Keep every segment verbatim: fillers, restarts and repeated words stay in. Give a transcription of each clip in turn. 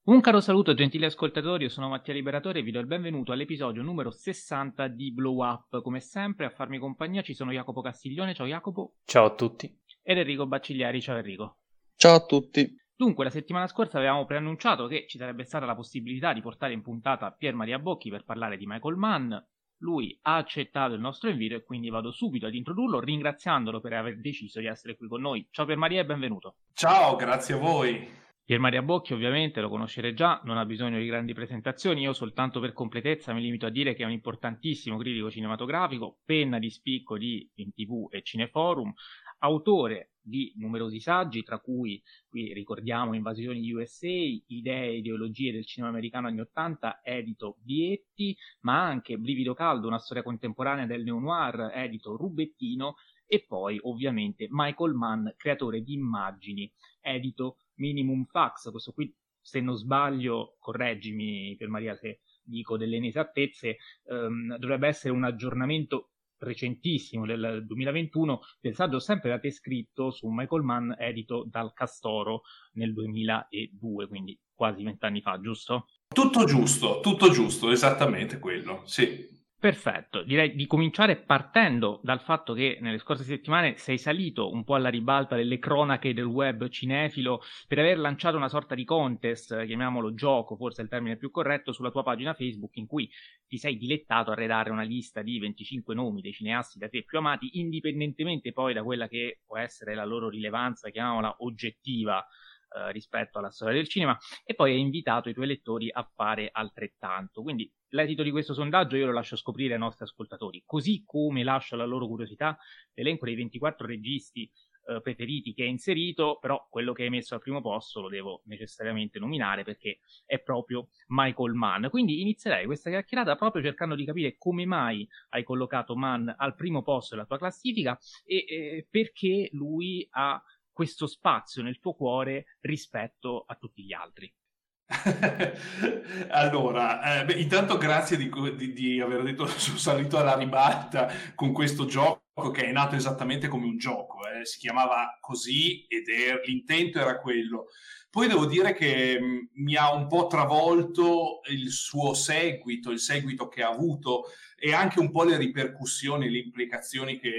Un caro saluto gentili ascoltatori, io sono Mattia Liberatore e vi do il benvenuto all'episodio numero sessanta di Blow Up. Come sempre a farmi compagnia ci sono Jacopo Castiglione, ciao Jacopo. Ciao a tutti. Ed Enrico Baccigliari, ciao Enrico. Ciao a tutti. Dunque, la settimana scorsa avevamo preannunciato che ci sarebbe stata la possibilità di portare in puntata Pier Maria Bocchi per parlare di Michael Mann. Lui ha accettato il nostro invito e quindi vado subito ad introdurlo ringraziandolo per aver deciso di essere qui con noi. Ciao Pier Maria e benvenuto. Ciao, grazie a voi. Pier Maria Bocchi ovviamente lo conoscete già, non ha bisogno di grandi presentazioni, io soltanto per completezza mi limito a dire che è un importantissimo critico cinematografico, penna di spicco di In tivù e Cineforum, autore di numerosi saggi, tra cui qui ricordiamo Invasioni U S A, Idee e ideologie del cinema americano anni ottanta, edito Vietti, ma anche Brivido caldo, una storia contemporanea del neo-noir, edito Rubettino, e poi ovviamente Michael Mann, creatore di Immagini, edito Minimum Fax. Questo qui, se non sbaglio, correggimi per Maria se dico delle inesattezze, ehm, dovrebbe essere un aggiornamento recentissimo del duemilaventuno del saggio sempre da te scritto su Michael Mann, edito dal Castoro nel duemiladue, quindi quasi vent'anni fa, giusto? Tutto giusto, tutto giusto, esattamente quello, sì. Perfetto, direi di cominciare partendo dal fatto che nelle scorse settimane sei salito un po' alla ribalta delle cronache del web cinefilo per aver lanciato una sorta di contest, chiamiamolo gioco, forse è il termine più corretto, sulla tua pagina Facebook in cui ti sei dilettato a redare una lista di venticinque nomi dei cineasti da te più amati, indipendentemente poi da quella che può essere la loro rilevanza, chiamiamola oggettiva, eh, rispetto alla storia del cinema, e poi hai invitato i tuoi lettori a fare altrettanto. Quindi l'esito di questo sondaggio io lo lascio scoprire ai nostri ascoltatori, così come lascio alla loro curiosità l'elenco dei ventiquattro registi eh, preferiti che hai inserito, però quello che hai messo al primo posto lo devo necessariamente nominare perché è proprio Michael Mann. Quindi inizierei questa chiacchierata proprio cercando di capire come mai hai collocato Mann al primo posto della tua classifica e eh, perché lui ha questo spazio nel tuo cuore rispetto a tutti gli altri. Allora, eh, beh, intanto grazie di, di, di aver detto sono salito alla ribalta con questo gioco che è nato esattamente come un gioco, eh. Si chiamava così ed è, l'intento era quello. Poi devo dire che mh, mi ha un po' travolto il suo seguito, il seguito che ha avuto e anche un po' le ripercussioni, le implicazioni che...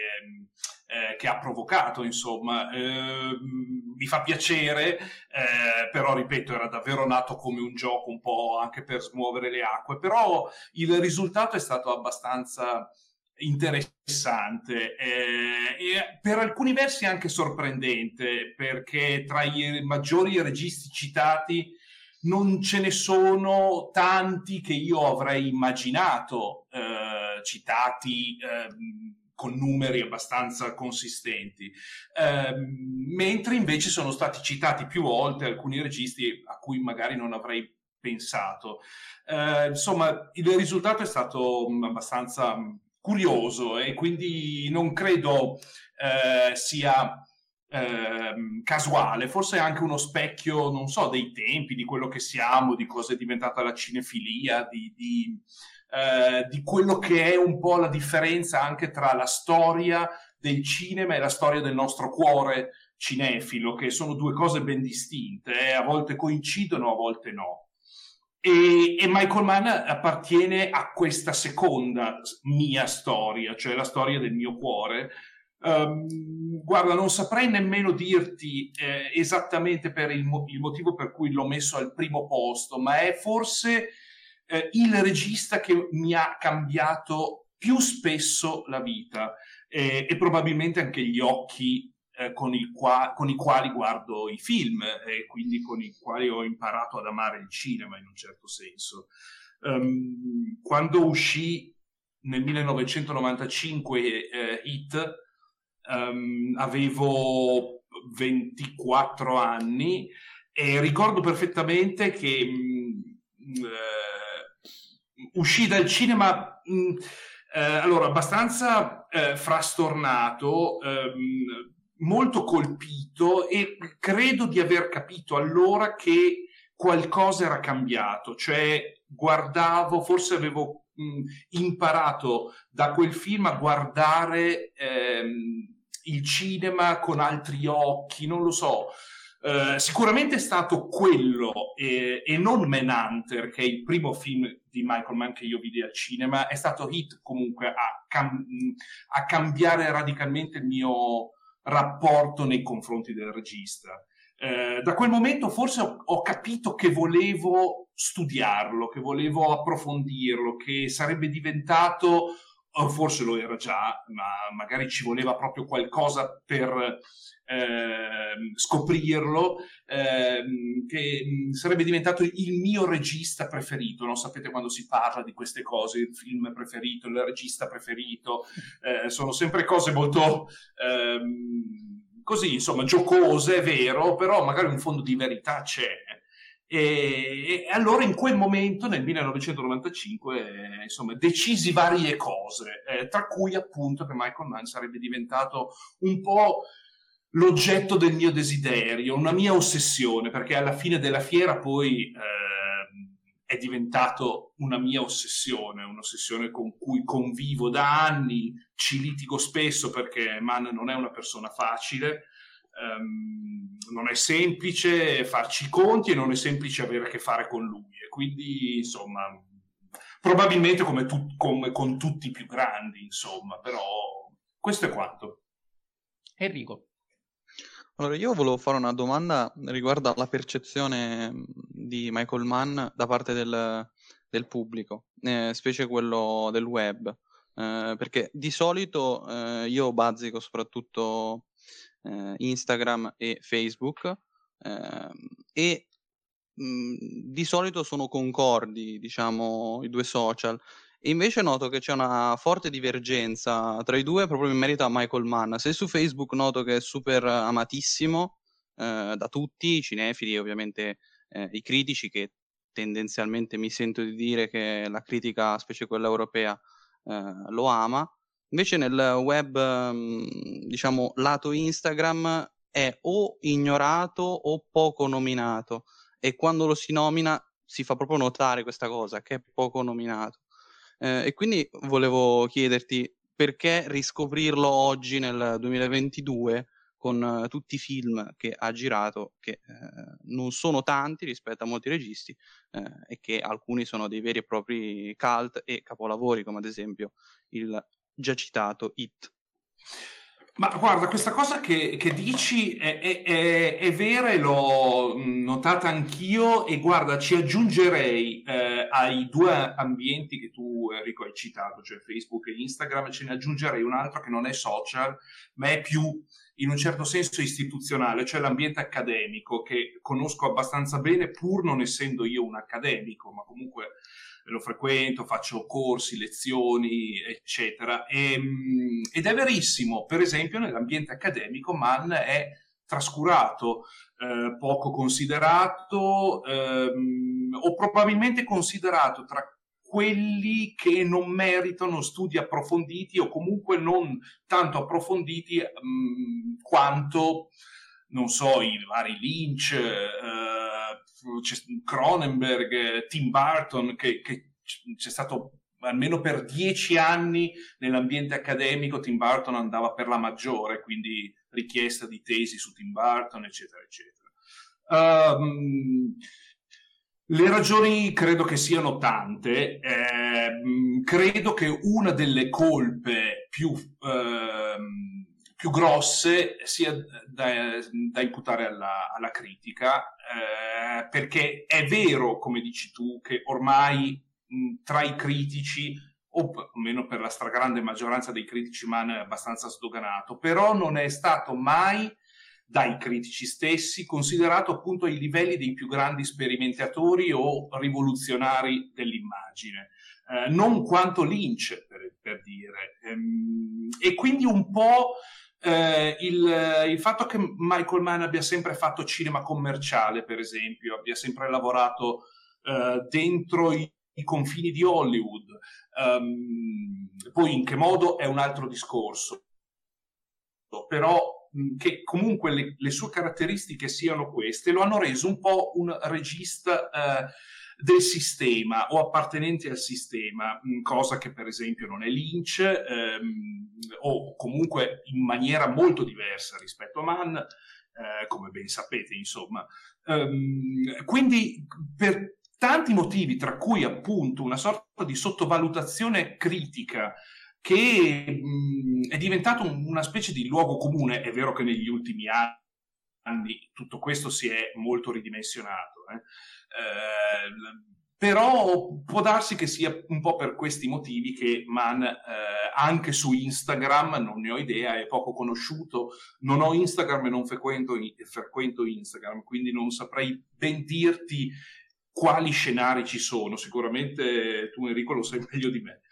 Eh, che ha provocato, insomma. Eh, mi fa piacere, eh, però ripeto, era davvero nato come un gioco, un po' anche per smuovere le acque, però il risultato è stato abbastanza interessante eh, e per alcuni versi anche sorprendente, perché tra i maggiori registi citati non ce ne sono tanti che io avrei immaginato eh, citati eh, con numeri abbastanza consistenti, eh, mentre invece sono stati citati più volte alcuni registi a cui magari non avrei pensato. Eh, insomma, il risultato è stato abbastanza curioso e quindi non credo eh, sia eh, casuale, forse è anche uno specchio, non so, dei tempi, di quello che siamo, di cosa è diventata la cinefilia, di... di Uh, di quello che è un po' la differenza anche tra la storia del cinema e la storia del nostro cuore cinefilo, che sono due cose ben distinte, eh? A volte coincidono, a volte no. E, e Michael Mann appartiene a questa seconda mia storia, cioè la storia del mio cuore. Um, guarda, non saprei nemmeno dirti eh, esattamente per il, mo- il motivo per cui l'ho messo al primo posto, ma è forse Eh, il regista che mi ha cambiato più spesso la vita eh, e probabilmente anche gli occhi eh, con, il qua- con i quali guardo i film e eh, quindi con i quali ho imparato ad amare il cinema in un certo senso. Um, quando uscì nel millenovecentonovantacinque eh, Hit um, avevo ventiquattro anni e ricordo perfettamente che mh, eh, uscì dal cinema mh, eh, allora abbastanza eh, frastornato, ehm, molto colpito e credo di aver capito allora che qualcosa era cambiato, cioè guardavo, forse avevo mh, imparato da quel film a guardare ehm, il cinema con altri occhi, non lo so. Uh, sicuramente è stato quello e, e non Manhunter, che è il primo film di Michael Mann che io vidi al cinema. È stato hit comunque a, cam- a cambiare radicalmente il mio rapporto nei confronti del regista. Uh, da quel momento forse ho, ho capito che volevo studiarlo, che volevo approfondirlo, che sarebbe diventato, o forse lo era già, ma magari ci voleva proprio qualcosa per Eh, scoprirlo, eh, che sarebbe diventato il mio regista preferito. Non sapete, quando si parla di queste cose, il film preferito, il regista preferito, eh, sono sempre cose molto ehm, così, insomma, giocose, è vero, però magari un fondo di verità c'è. E, e allora in quel momento, nel millenovecentonovantacinque, eh, insomma, decisi varie cose, eh, tra cui appunto che Michael Mann sarebbe diventato un po' l'oggetto del mio desiderio, una mia ossessione, perché alla fine della fiera poi eh, è diventato una mia ossessione, un'ossessione con cui convivo da anni, ci litigo spesso perché Mann non è una persona facile, ehm, non è semplice farci i conti e non è semplice avere a che fare con lui, e quindi insomma probabilmente come, tu, come con tutti i più grandi, insomma, però questo è quanto. Enrico. Allora, io volevo fare una domanda riguardo alla percezione di Michael Mann da parte del, del pubblico, eh, specie quello del web, eh, perché di solito eh, io bazzico soprattutto eh, Instagram e Facebook, eh, e mh, di solito sono concordi, diciamo, i due social. E invece noto che c'è una forte divergenza tra i due proprio in merito a Michael Mann. Se su Facebook noto che è super amatissimo eh, da tutti, i cinefili e ovviamente eh, i critici, che tendenzialmente mi sento di dire che la critica, specie quella europea, eh, lo ama. Invece nel web, mh, diciamo, lato Instagram è o ignorato o poco nominato, e quando lo si nomina si fa proprio notare questa cosa, che è poco nominato. Eh, e quindi volevo chiederti perché riscoprirlo oggi nel duemilaventidue con uh, tutti i film che ha girato, che eh, non sono tanti rispetto a molti registi, eh, e che alcuni sono dei veri e propri cult e capolavori, come ad esempio il già citato It. Ma guarda, questa cosa che, che dici è, è, è, è vera e l'ho notata anch'io, e guarda, ci aggiungerei eh, ai due ambienti che tu, Enrico, hai citato, cioè Facebook e Instagram, ce ne aggiungerei un altro che non è social, ma è più in un certo senso istituzionale, cioè l'ambiente accademico, che conosco abbastanza bene pur non essendo io un accademico, ma comunque lo frequento, faccio corsi, lezioni, eccetera. E, ed è verissimo, per esempio nell'ambiente accademico Mann è trascurato, eh, poco considerato, ehm, o probabilmente considerato tra quelli che non meritano studi approfonditi, o comunque non tanto approfonditi mh, quanto, non so, i vari Lynch, eh, Cronenberg, Tim Burton, che, che c'è stato almeno per dieci anni nell'ambiente accademico. Tim Burton andava per la maggiore, quindi richiesta di tesi su Tim Burton, eccetera, eccetera. Um, le ragioni credo che siano tante. Eh, credo che una delle colpe più eh, più grosse sia da, da imputare alla, alla critica, eh, perché è vero, come dici tu, che ormai mh, tra i critici, o almeno per la stragrande maggioranza dei critici, Mann è abbastanza sdoganato, però non è stato mai dai critici stessi considerato appunto ai livelli dei più grandi sperimentatori o rivoluzionari dell'immagine. Eh, non quanto Lynch, per, per dire. Ehm, e quindi un po' Eh, il, il fatto che Michael Mann abbia sempre fatto cinema commerciale, per esempio, abbia sempre lavorato eh, dentro i, i confini di Hollywood, um, poi in che modo è un altro discorso, però mh, che comunque le, le sue caratteristiche siano queste, lo hanno reso un po' un regista eh, del sistema o appartenenti al sistema, cosa che per esempio non è Lynch, ehm, o comunque in maniera molto diversa rispetto a Mann. eh, come ben sapete, insomma. Um, quindi per tanti motivi, tra cui appunto una sorta di sottovalutazione critica che mh, è diventato un, una specie di luogo comune. È vero che negli ultimi anni tutto questo si è molto ridimensionato, eh? Eh, però può darsi che sia un po' per questi motivi che Mann eh, anche su Instagram, non ne ho idea, è poco conosciuto, non ho Instagram e non frequento, frequento Instagram, quindi non saprei ben dirti quali scenari ci sono. Sicuramente tu, Enrico, lo sai meglio di me.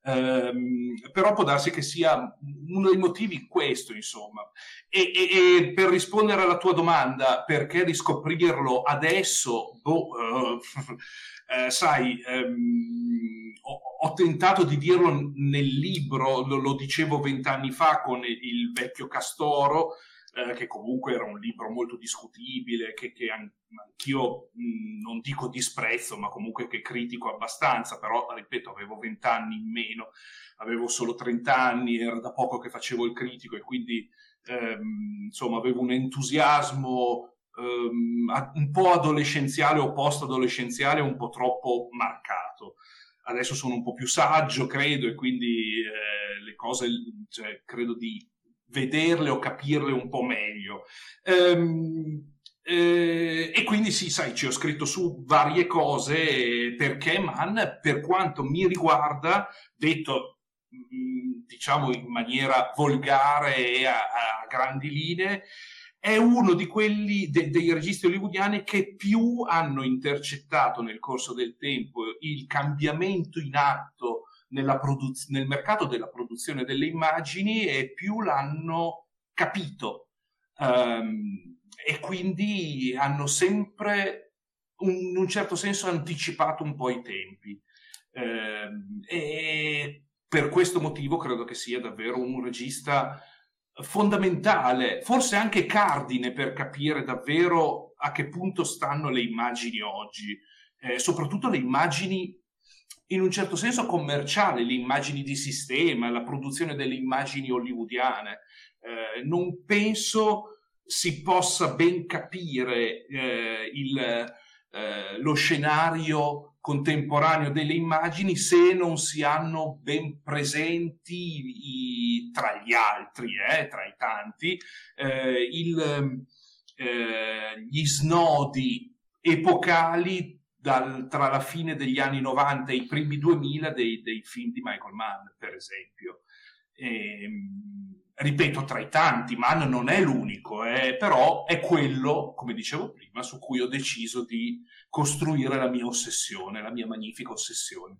Um, però può darsi che sia uno dei motivi questo, insomma. E, e, e per rispondere alla tua domanda, perché riscoprirlo adesso? Boh, uh, uh, sai, um, ho, ho tentato di dirlo nel libro, lo, lo dicevo vent'anni fa con il vecchio Castoro, eh, che comunque era un libro molto discutibile, che, che anch'io mh, non dico disprezzo, ma comunque che critico abbastanza, però ripeto, avevo vent'anni in meno, avevo solo trenta anni, era da poco che facevo il critico e quindi ehm, insomma avevo un entusiasmo ehm, un po' adolescenziale o post-adolescenziale un po' troppo marcato. Adesso sono un po' più saggio, credo, e quindi eh, le cose, cioè, credo di vederle o capirle un po' meglio. Ehm, eh, e quindi sì, sai, ci ho scritto su varie cose perché Mann, per quanto mi riguarda, detto mh, diciamo in maniera volgare e a, a grandi linee, è uno di quelli de, dei registi hollywoodiani che più hanno intercettato nel corso del tempo il cambiamento in atto nella produz- nel mercato della produzione delle immagini e più l'hanno capito. Um, e quindi hanno sempre un, in un certo senso anticipato un po' i tempi. Um, e per questo motivo credo che sia davvero un regista fondamentale, forse anche cardine per capire davvero a che punto stanno le immagini oggi, eh, soprattutto le immagini in un certo senso commerciali, le immagini di sistema, la produzione delle immagini hollywoodiane. Eh, non penso si possa ben capire eh, il, eh, lo scenario contemporaneo delle immagini se non si hanno ben presenti i, tra gli altri, eh, tra i tanti, eh, il, eh, gli snodi epocali dal, tra la fine degli anni novanta e i primi duemila dei, dei film di Michael Mann, per esempio. E, ripeto, tra i tanti, Mann non è l'unico, eh, però è quello, come dicevo prima, su cui ho deciso di costruire la mia ossessione, la mia magnifica ossessione.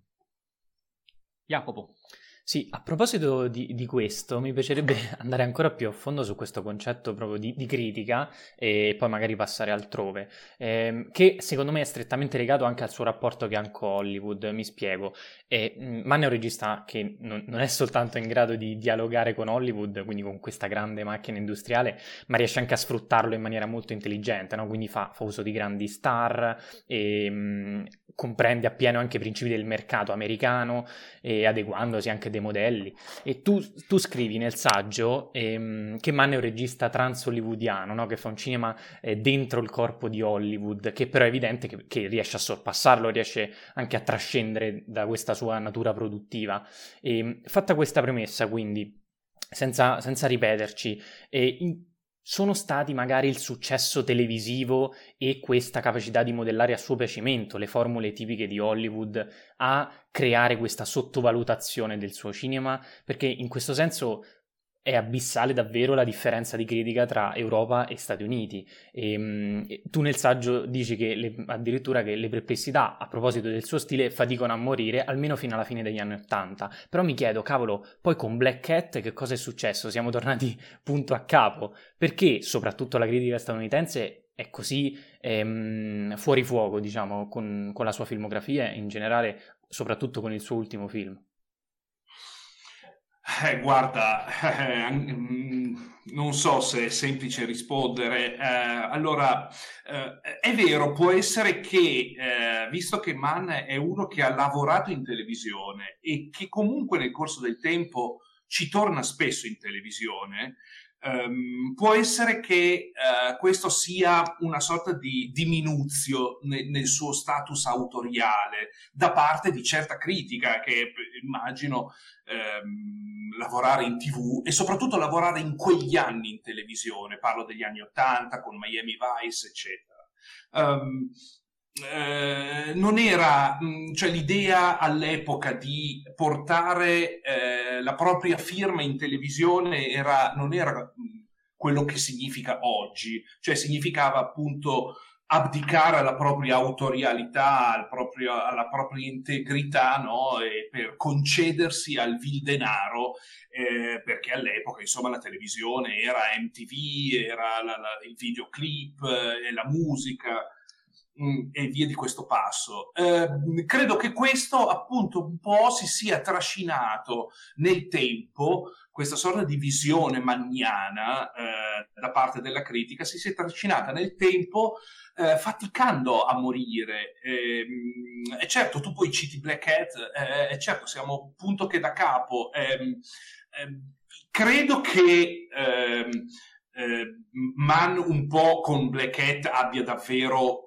Jacopo. Sì, a proposito di, di questo, mi piacerebbe andare ancora più a fondo su questo concetto proprio di, di critica e poi magari passare altrove, ehm, che secondo me è strettamente legato anche al suo rapporto che ha con Hollywood. Mi spiego. E, mh, Mann è un regista che non, non è soltanto in grado di dialogare con Hollywood, quindi con questa grande macchina industriale, ma riesce anche a sfruttarlo in maniera molto intelligente, no? Quindi fa, fa uso di grandi star e mh, comprende appieno anche i principi del mercato americano e adeguandosi anche dei modelli. E tu, tu scrivi nel saggio ehm, che Mann è un regista trans-hollywoodiano, no? Che fa un cinema eh, dentro il corpo di Hollywood, che però è evidente che, che riesce a sorpassarlo, riesce anche a trascendere da questa sua natura produttiva. E, fatta questa premessa, quindi, senza, senza ripeterci, eh, in, sono stati magari il successo televisivo e questa capacità di modellare a suo piacimento le formule tipiche di Hollywood a creare questa sottovalutazione del suo cinema? Perché in questo senso è abissale davvero la differenza di critica tra Europa e Stati Uniti. E, mh, tu nel saggio dici che le, addirittura che le perplessità a proposito del suo stile faticano a morire almeno fino alla fine degli anni Ottanta. Però mi chiedo, cavolo, poi con Black Cat che cosa è successo? Siamo tornati punto a capo. Perché soprattutto la critica statunitense è così ehm, fuori fuoco, diciamo, con, con la sua filmografia e in generale soprattutto con il suo ultimo film? Eh, guarda, eh, non so se è semplice rispondere. Eh, allora, eh, è vero, può essere che, eh, visto che Mann è uno che ha lavorato in televisione e che comunque nel corso del tempo ci torna spesso in televisione, Um, può essere che uh, questo sia una sorta di diminuzio ne- nel suo status autoriale da parte di certa critica che immagino um, lavorare in tivù e soprattutto lavorare in quegli anni in televisione, parlo degli anni ottanta con Miami Vice eccetera. Um, Eh, non era, mh, cioè l'idea all'epoca di portare eh, la propria firma in televisione era, non era mh, quello che significa oggi, cioè significava appunto abdicare alla propria autorialità, al proprio, alla propria integrità, no? E per concedersi al vil denaro, eh, perché all'epoca insomma la televisione era M T V, era la, la, il videoclip e eh, la musica e via di questo passo. Eh, credo che questo appunto un po' si sia trascinato nel tempo, questa sorta di visione manniana eh, da parte della critica si sia trascinata nel tempo eh, faticando a morire. E eh, certo, tu poi citi Black Hat, e eh, certo siamo punto che da capo. Eh, eh, credo che eh, eh, Mann un po' con Black Hat abbia davvero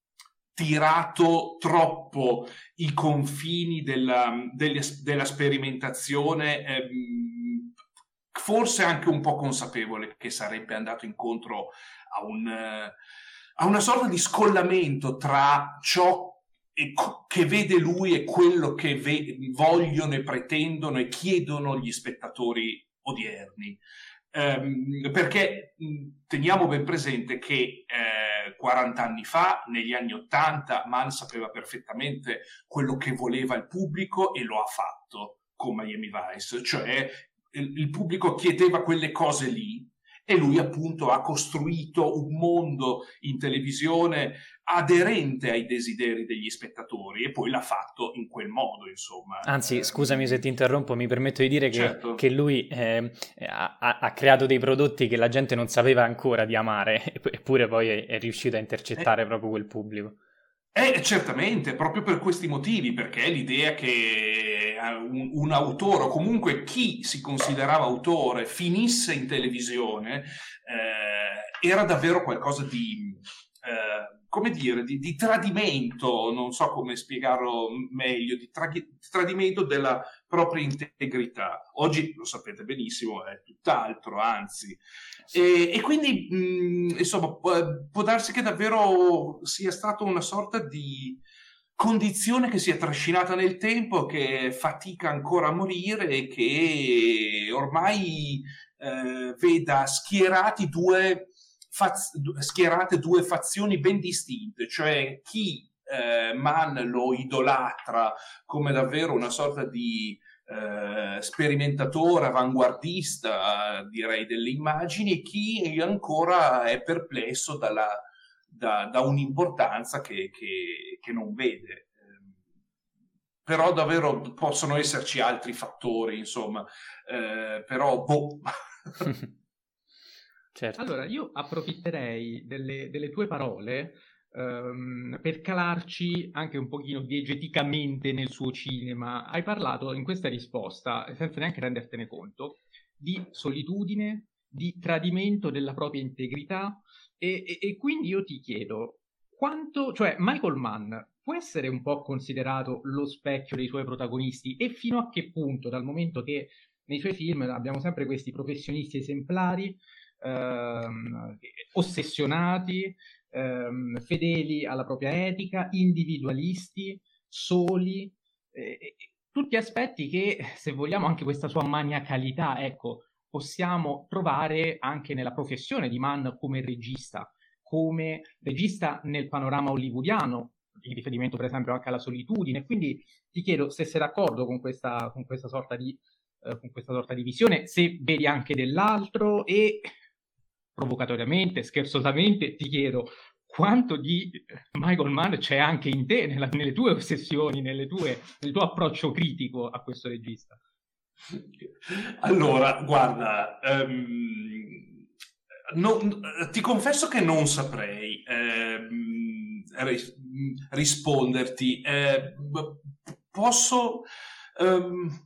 tirato troppo i confini della, della, della sperimentazione, ehm, forse anche un po' consapevole che sarebbe andato incontro a, un, a una sorta di scollamento tra ciò che vede lui e quello che ve- vogliono e pretendono e chiedono gli spettatori odierni. Um, perché mh, teniamo ben presente che eh, quaranta anni fa, negli anni ottanta, Mann sapeva perfettamente quello che voleva il pubblico e lo ha fatto con Miami Vice, cioè il, il pubblico chiedeva quelle cose lì e lui appunto ha costruito un mondo in televisione aderente ai desideri degli spettatori e poi l'ha fatto in quel modo, insomma. Anzi, scusami se ti interrompo, mi permetto di dire che, certo. che lui eh, ha, ha creato dei prodotti che la gente non sapeva ancora di amare, eppure poi è, è riuscito a intercettare eh. proprio quel pubblico. Eh, certamente, proprio per questi motivi, perché l'idea che un, un autore, o comunque chi si considerava autore, finisse in televisione, eh, era davvero qualcosa di, eh, come dire, di, di tradimento, non so come spiegarlo meglio, di, tra, di tradimento della propria integrità. Oggi, lo sapete benissimo, è tutt'altro, anzi. E, e quindi, mh, insomma, può, può darsi che davvero sia stata una sorta di condizione che si è trascinata nel tempo, che fatica ancora a morire e che ormai eh, veda schierati due, faz- schierate due fazioni ben distinte, cioè chi eh, Mann lo idolatra come davvero una sorta di Uh, sperimentatore, avanguardista, uh, direi, delle immagini, e chi ancora è perplesso dalla, da, da un'importanza che, che, che non vede. Uh, però davvero possono esserci altri fattori, insomma, uh, però boh. Certo. Allora, io approfitterei delle, delle tue parole Um, per calarci anche un pochino diegeticamente nel suo cinema. Hai parlato in questa risposta, senza neanche rendertene conto, di solitudine, di tradimento della propria integrità e, e, e quindi io ti chiedo quanto, cioè Michael Mann può essere un po' considerato lo specchio dei suoi protagonisti e fino a che punto, dal momento che nei suoi film abbiamo sempre questi professionisti esemplari, ehm, ossessionati, Ehm, fedeli alla propria etica, individualisti, soli, eh, tutti aspetti che, se vogliamo, anche questa sua maniacalità, ecco, possiamo trovare anche nella professione di Mann come regista, come regista nel panorama hollywoodiano, in riferimento per esempio anche alla solitudine. Quindi ti chiedo se sei d'accordo con questa, con questa sorta di, eh, con questa sorta di visione, se vedi anche dell'altro e provocatoriamente, scherzosamente, ti chiedo quanto di Michael Mann c'è anche in te, nella, nelle tue ossessioni, nelle tue, nel tuo approccio critico a questo regista. Allora, guarda, um, non, ti confesso che non saprei um, ris- risponderti. Uh, posso... Um,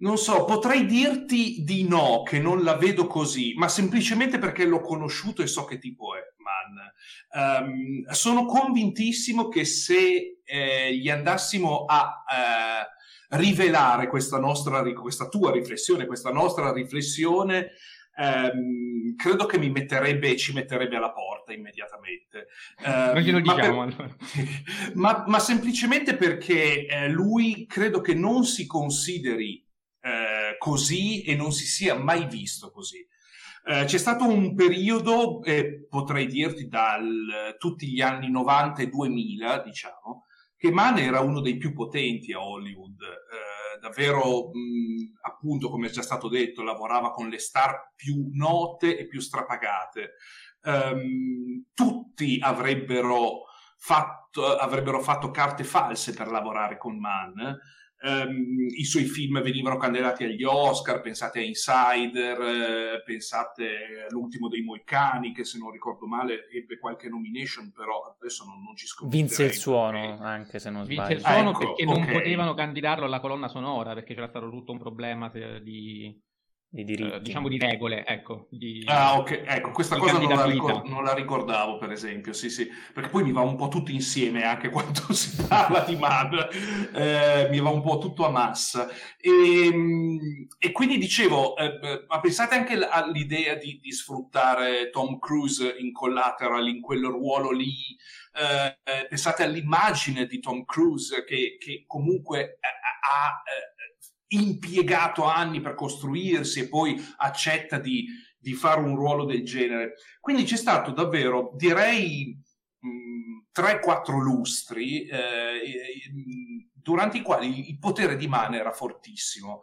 non so, potrei dirti di no, che non la vedo così, ma semplicemente perché l'ho conosciuto e so che tipo è Mann. Um, sono convintissimo che se eh, gli andassimo a eh, rivelare questa nostra, questa tua riflessione, questa nostra riflessione, Um, credo che mi metterebbe ci metterebbe alla porta immediatamente. Uh, non glielo diciamo ma, allora. ma, ma semplicemente perché eh, lui credo che non si consideri eh, così e non si sia mai visto così. Eh, c'è stato un periodo, eh, potrei dirti dal tutti gli anni novanta e duemila, diciamo, che Mann era uno dei più potenti a Hollywood. Eh, davvero, mh, appunto, come è già stato detto, lavorava con le star più note e più strapagate. Um, tutti avrebbero fatto, avrebbero fatto carte false per lavorare con Mann. Um, I suoi film venivano candidati agli Oscar, pensate a Insider, eh, pensate all'ultimo dei Moicani, che se non ricordo male ebbe qualche nomination, però adesso non, non ci scommetterei. Vinse il suono, anche se non Vince sbaglio. il suono Ah, ecco, perché okay. non potevano candidarlo alla colonna sonora, perché c'era stato tutto un problema di... di diritti, eh, diciamo di regole, ecco. Di, ah, ok, ecco, questa di cosa non la, ricor- non la ricordavo, per esempio, sì, sì, perché poi mi va un po' tutto insieme anche quando si parla di Mann, eh, mi va un po' tutto a massa. E, e quindi dicevo, eh, ma pensate anche all'idea di, di sfruttare Tom Cruise in Collateral, in quel ruolo lì, eh, eh, pensate all'immagine di Tom Cruise che, che comunque ha... Eh, impiegato anni per costruirsi e poi accetta di, di fare un ruolo del genere. Quindi c'è stato davvero, direi, tre quattro lustri eh, durante i quali il potere di Mann era fortissimo.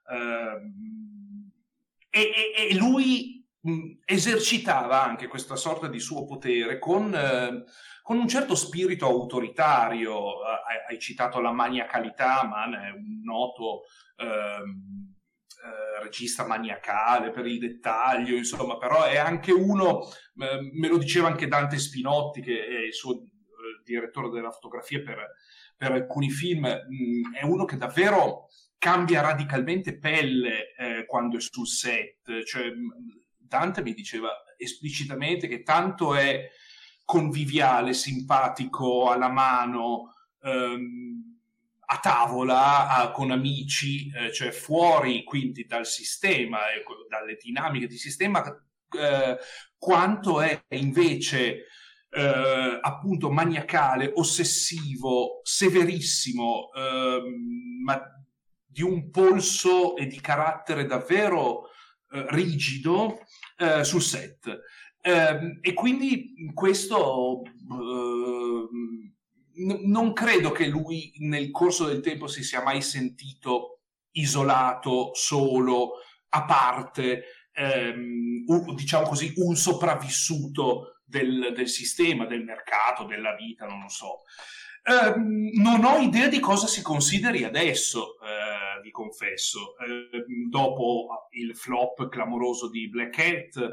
Eh, e, e lui mh, esercitava anche questa sorta di suo potere con... Eh, con un certo spirito autoritario. Eh, hai citato la maniacalità, Mann è un noto ehm, eh, regista maniacale per il dettaglio, insomma, però è anche uno, eh, me lo diceva anche Dante Spinotti, che è il suo eh, direttore della fotografia per, per alcuni film, mh, è uno che davvero cambia radicalmente pelle eh, quando è sul set. Cioè, Dante mi diceva esplicitamente che tanto è conviviale, simpatico, alla mano, ehm, a tavola, a, con amici, eh, cioè fuori quindi dal sistema, eh, dalle dinamiche di sistema, eh, quanto è invece eh, appunto maniacale, ossessivo, severissimo, ehm, ma di un polso e di carattere davvero eh, rigido eh, sul set. Uh, e quindi questo uh, n- non credo che lui nel corso del tempo si sia mai sentito isolato, solo, a parte, um, un, diciamo così, un sopravvissuto del, del sistema, del mercato, della vita, non lo so. Uh, non ho idea di cosa si consideri adesso, uh, vi confesso, uh, dopo il flop clamoroso di Black Hat,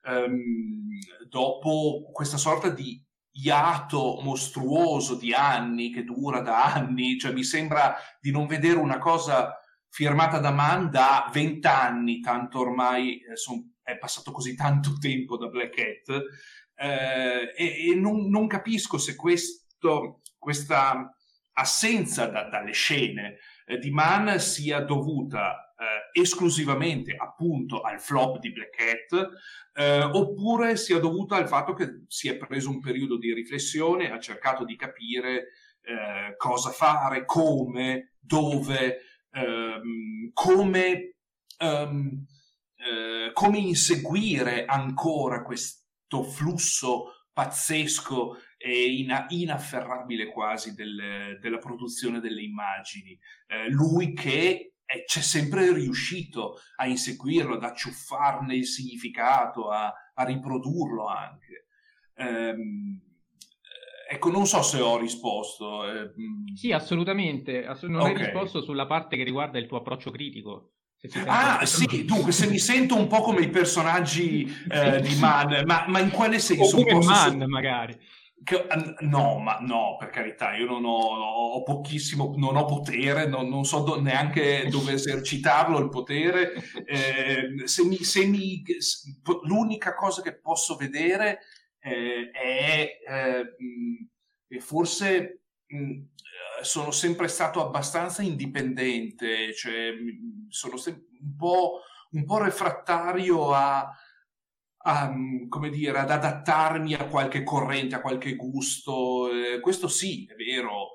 Um, dopo questa sorta di iato mostruoso di anni, che dura da anni, cioè mi sembra di non vedere una cosa firmata da Mann da vent'anni, tanto ormai eh, son, è passato così tanto tempo da Black Hat, eh, e, e non, non capisco se questo, questa assenza da, dalle scene eh, di Mann sia dovuta Eh, esclusivamente appunto al flop di Black Hat, eh, oppure sia dovuta al fatto che si è preso un periodo di riflessione, ha cercato di capire eh, cosa fare, come, dove, ehm, come, ehm, eh, come inseguire ancora questo flusso pazzesco e ina- inafferrabile quasi del, della produzione delle immagini. Eh, lui che E c'è sempre riuscito a inseguirlo, ad acciuffarne il significato, a, a riprodurlo anche. Ehm, ecco, non so se ho risposto. Ehm... Sì, assolutamente. Assolut- non okay. Hai risposto sulla parte che riguarda il tuo approccio critico. Se ah, sì, dunque, se mi sento un po' come i personaggi eh, di Mann, ma, ma in quale senso? O come Mann, su... magari. Che, no, ma no, per carità, io non ho, ho pochissimo, non ho potere, non, non so do, neanche dove esercitarlo il potere. Eh, se mi, se mi, l'unica cosa che posso vedere eh, è eh, forse mh, sono sempre stato abbastanza indipendente, cioè sono sempre un po', un po' refrattario a Um, come dire, ad adattarmi a qualche corrente, a qualche gusto. Eh, questo sì, è vero.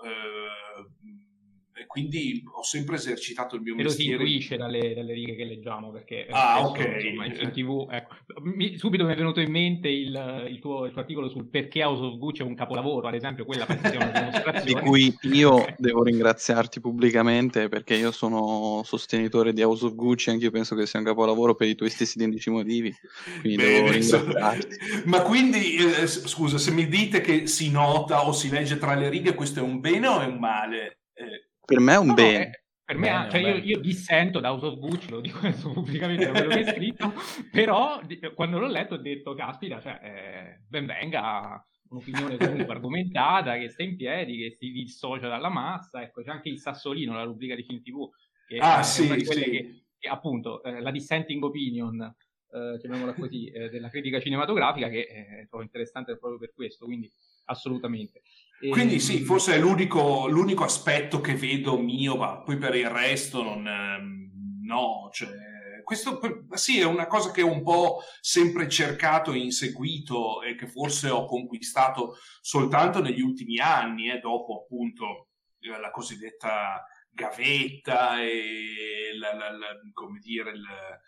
Eh, e quindi ho sempre esercitato il mio e lo si mestiere. intuisce dalle, dalle righe che leggiamo, perché ah, spesso, ok. insomma, in film tivù, ecco, mi, subito mi è venuto in mente il, il, tuo, il tuo articolo sul perché House of Gucci è un capolavoro, ad esempio, quella penso sia una dimostrazione. Di cui io devo ringraziarti pubblicamente, perché io sono sostenitore di House of Gucci, anche io penso che sia un capolavoro per i tuoi stessi identici motivi, quindi Bene, devo ringraziarti. Ma quindi, eh, scusa, se mi dite che si nota o si legge tra le righe, questo è un bene o è un male? Eh... Per me è un no, bene. No, è... Per me, bene, cioè io, io dissento da House of Gucci, lo dico adesso pubblicamente da quello che è scritto, però quando l'ho letto ho detto, caspita, cioè, eh, ben venga, un'opinione comunque argomentata, che sta in piedi, che si dissocia dalla massa. Ecco, c'è anche il Sassolino, la rubrica di Film tivù, che ah, è sì, una di quelle sì. che, che appunto, eh, la dissenting opinion, eh, chiamiamola così, eh, della critica cinematografica, che eh, trovo interessante proprio per questo, quindi assolutamente. Quindi sì, forse è l'unico, l'unico aspetto che vedo mio, ma poi per il resto non, ehm, no, cioè, questo sì è una cosa che ho un po' sempre cercato e inseguito e che forse ho conquistato soltanto negli ultimi anni, eh, dopo appunto la cosiddetta gavetta e la, la, la, come dire il,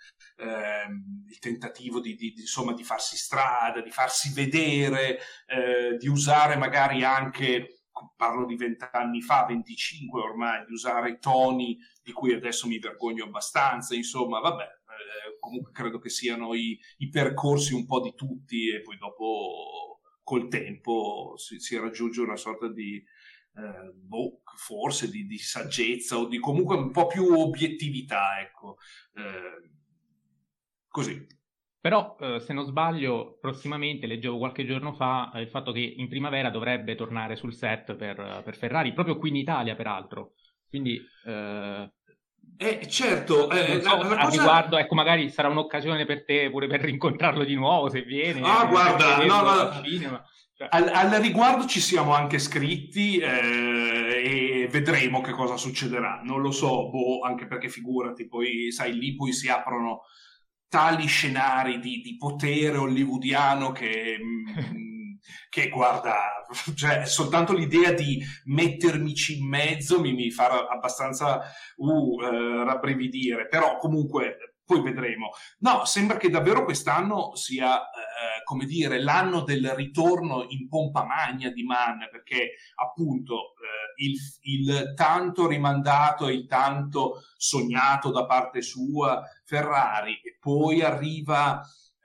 ehm, il tentativo di, di, insomma, di farsi strada, di farsi vedere, eh, di usare magari anche, parlo di vent'anni fa, venticinque ormai, di usare i toni di cui adesso mi vergogno abbastanza, insomma, vabbè, eh, comunque credo che siano i, i percorsi un po' di tutti e poi dopo col tempo si, si raggiunge una sorta di Eh, boh, forse di, di saggezza o di comunque un po' più obiettività, ecco, eh, così. Però, eh, se non sbaglio, prossimamente, leggevo qualche giorno fa, eh, il fatto che in primavera dovrebbe tornare sul set per, per Ferrari, proprio qui in Italia, peraltro. Quindi... Eh... Eh, certo, eh, so, la, la a cosa... riguardo, ecco, magari sarà un'occasione per te pure per rincontrarlo di nuovo, se viene, ah, guarda, no, no, al cinema. Cioè. Al, al riguardo ci siamo anche scritti eh, e vedremo che cosa succederà. Non lo so, boh, anche perché figurati, poi sai, lì poi si aprono tali scenari di, di potere hollywoodiano che, mh, che guarda, cioè, soltanto l'idea di mettermici in mezzo mi, mi fa abbastanza uh, eh, rabbrividire, però comunque poi vedremo. No, sembra che davvero quest'anno sia, eh, come dire, l'anno del ritorno in pompa magna di Mann, perché appunto eh, il, il tanto rimandato e il tanto sognato da parte sua Ferrari, e poi arriva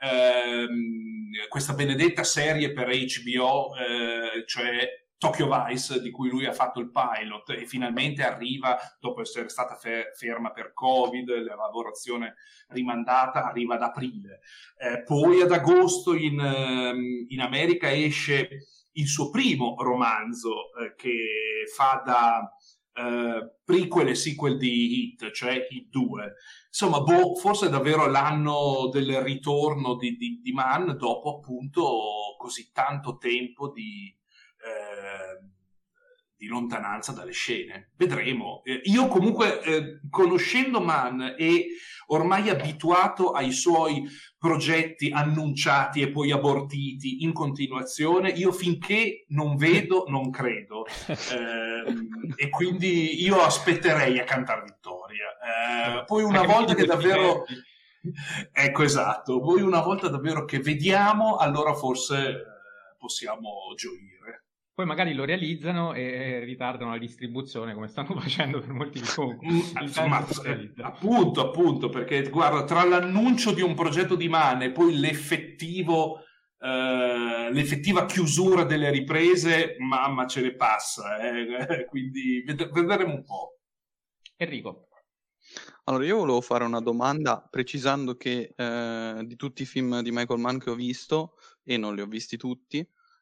ehm, questa benedetta serie per H B O, eh, cioè Tokyo Vice, di cui lui ha fatto il pilot, e finalmente arriva, dopo essere stata fe- ferma per Covid, la lavorazione rimandata, arriva ad aprile. Eh, poi ad agosto in, in America esce il suo primo romanzo, eh, che fa da eh, prequel e sequel di Hit, cioè Hit due. Insomma, boh, forse è davvero l'anno del ritorno di, di, di Mann, dopo appunto così tanto tempo di... Eh, di lontananza dalle scene. Vedremo. Eh, io comunque, eh, conoscendo Mann e ormai abituato ai suoi progetti annunciati e poi abortiti in continuazione, io finché non vedo non credo. Eh, e quindi io aspetterei a Cantar Vittoria. Eh, poi una Anche volta che davvero... tempi. Ecco, esatto. Poi una volta davvero che vediamo, allora forse eh, possiamo gioire. Poi magari lo realizzano e ritardano la distribuzione, come stanno facendo per molti film. Ma, appunto, appunto, perché guarda, tra l'annuncio di un progetto di Mann e poi l'effettivo, eh, l'effettiva chiusura delle riprese, mamma ce ne passa, eh? Quindi ved- vedremo un po'. Enrico. Allora, io volevo fare una domanda precisando che eh, di tutti i film di Michael Mann che ho visto, e non li ho visti tutti,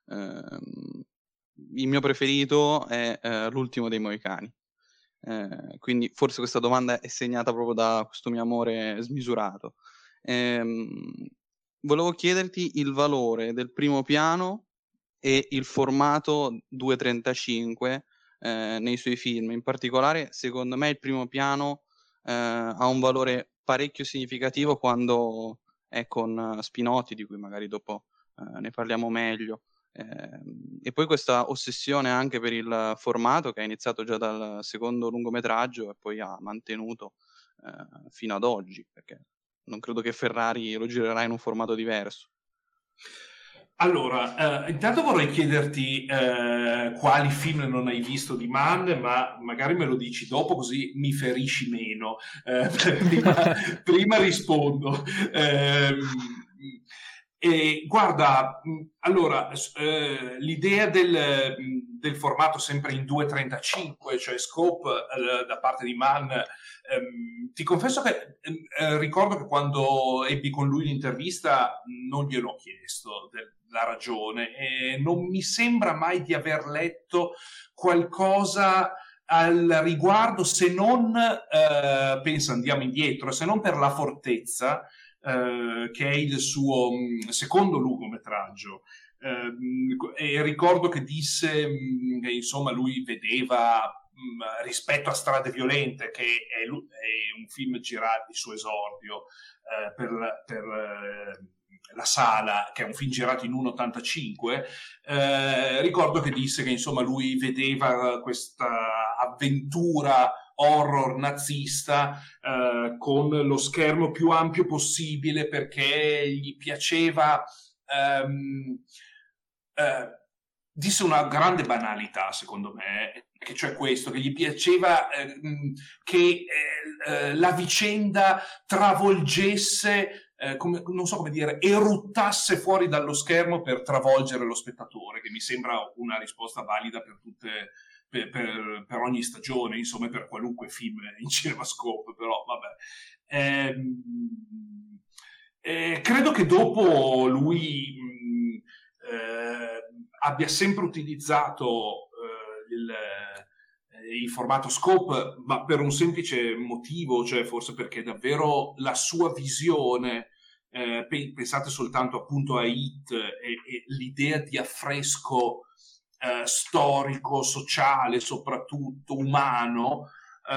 Ehm, il mio preferito è eh, L'ultimo dei Moicani. Eh, quindi forse questa domanda è segnata proprio da questo mio amore smisurato. Ehm, volevo chiederti il valore del primo piano e il formato due trentacinque eh, nei suoi film. In particolare, secondo me, il primo piano eh, ha un valore parecchio significativo quando è con Spinotti, di cui magari dopo eh, ne parliamo meglio. Eh, e poi questa ossessione anche per il formato che ha iniziato già dal secondo lungometraggio e poi ha mantenuto eh, fino ad oggi, perché non credo che Ferrari lo girerà in un formato diverso. Allora, eh, intanto vorrei chiederti eh, quali film non hai visto di Mann, ma magari me lo dici dopo così mi ferisci meno. Eh, prima, prima rispondo. Eh, e guarda, allora, eh, l'idea del, del formato sempre in due trentacinque, cioè scope eh, da parte di Mann, ehm, ti confesso che eh, ricordo che quando ebbi con lui l'intervista non gliel'ho chiesto del, la ragione e non mi sembra mai di aver letto qualcosa al riguardo, se non eh, penso andiamo indietro, se non per La Fortezza, eh, che è il suo mh, secondo lungometraggio. Eh, e ricordo che disse mh, che insomma lui vedeva mh, rispetto a Strade Violente, che è, è un film girato, il suo esordio eh, per, per eh, La Sala, che è un film girato in uno ottantacinque, eh, ricordo che disse che insomma lui vedeva questa avventura horror nazista eh, con lo schermo più ampio possibile perché gli piaceva ehm, eh, disse una grande banalità secondo me, che cioè questo, che gli piaceva eh, che eh, eh, la vicenda travolgesse Eh, come, non so come dire, eruttasse fuori dallo schermo per travolgere lo spettatore, che mi sembra una risposta valida per tutte, per, per, per ogni stagione, insomma, per qualunque film in CinemaScope, però vabbè. Ehm, eh, credo che dopo lui mh, eh, abbia sempre utilizzato eh, il il formato scope, ma per un semplice motivo, cioè forse perché davvero la sua visione, eh, pensate soltanto appunto a It e, e l'idea di affresco eh, storico, sociale, soprattutto umano,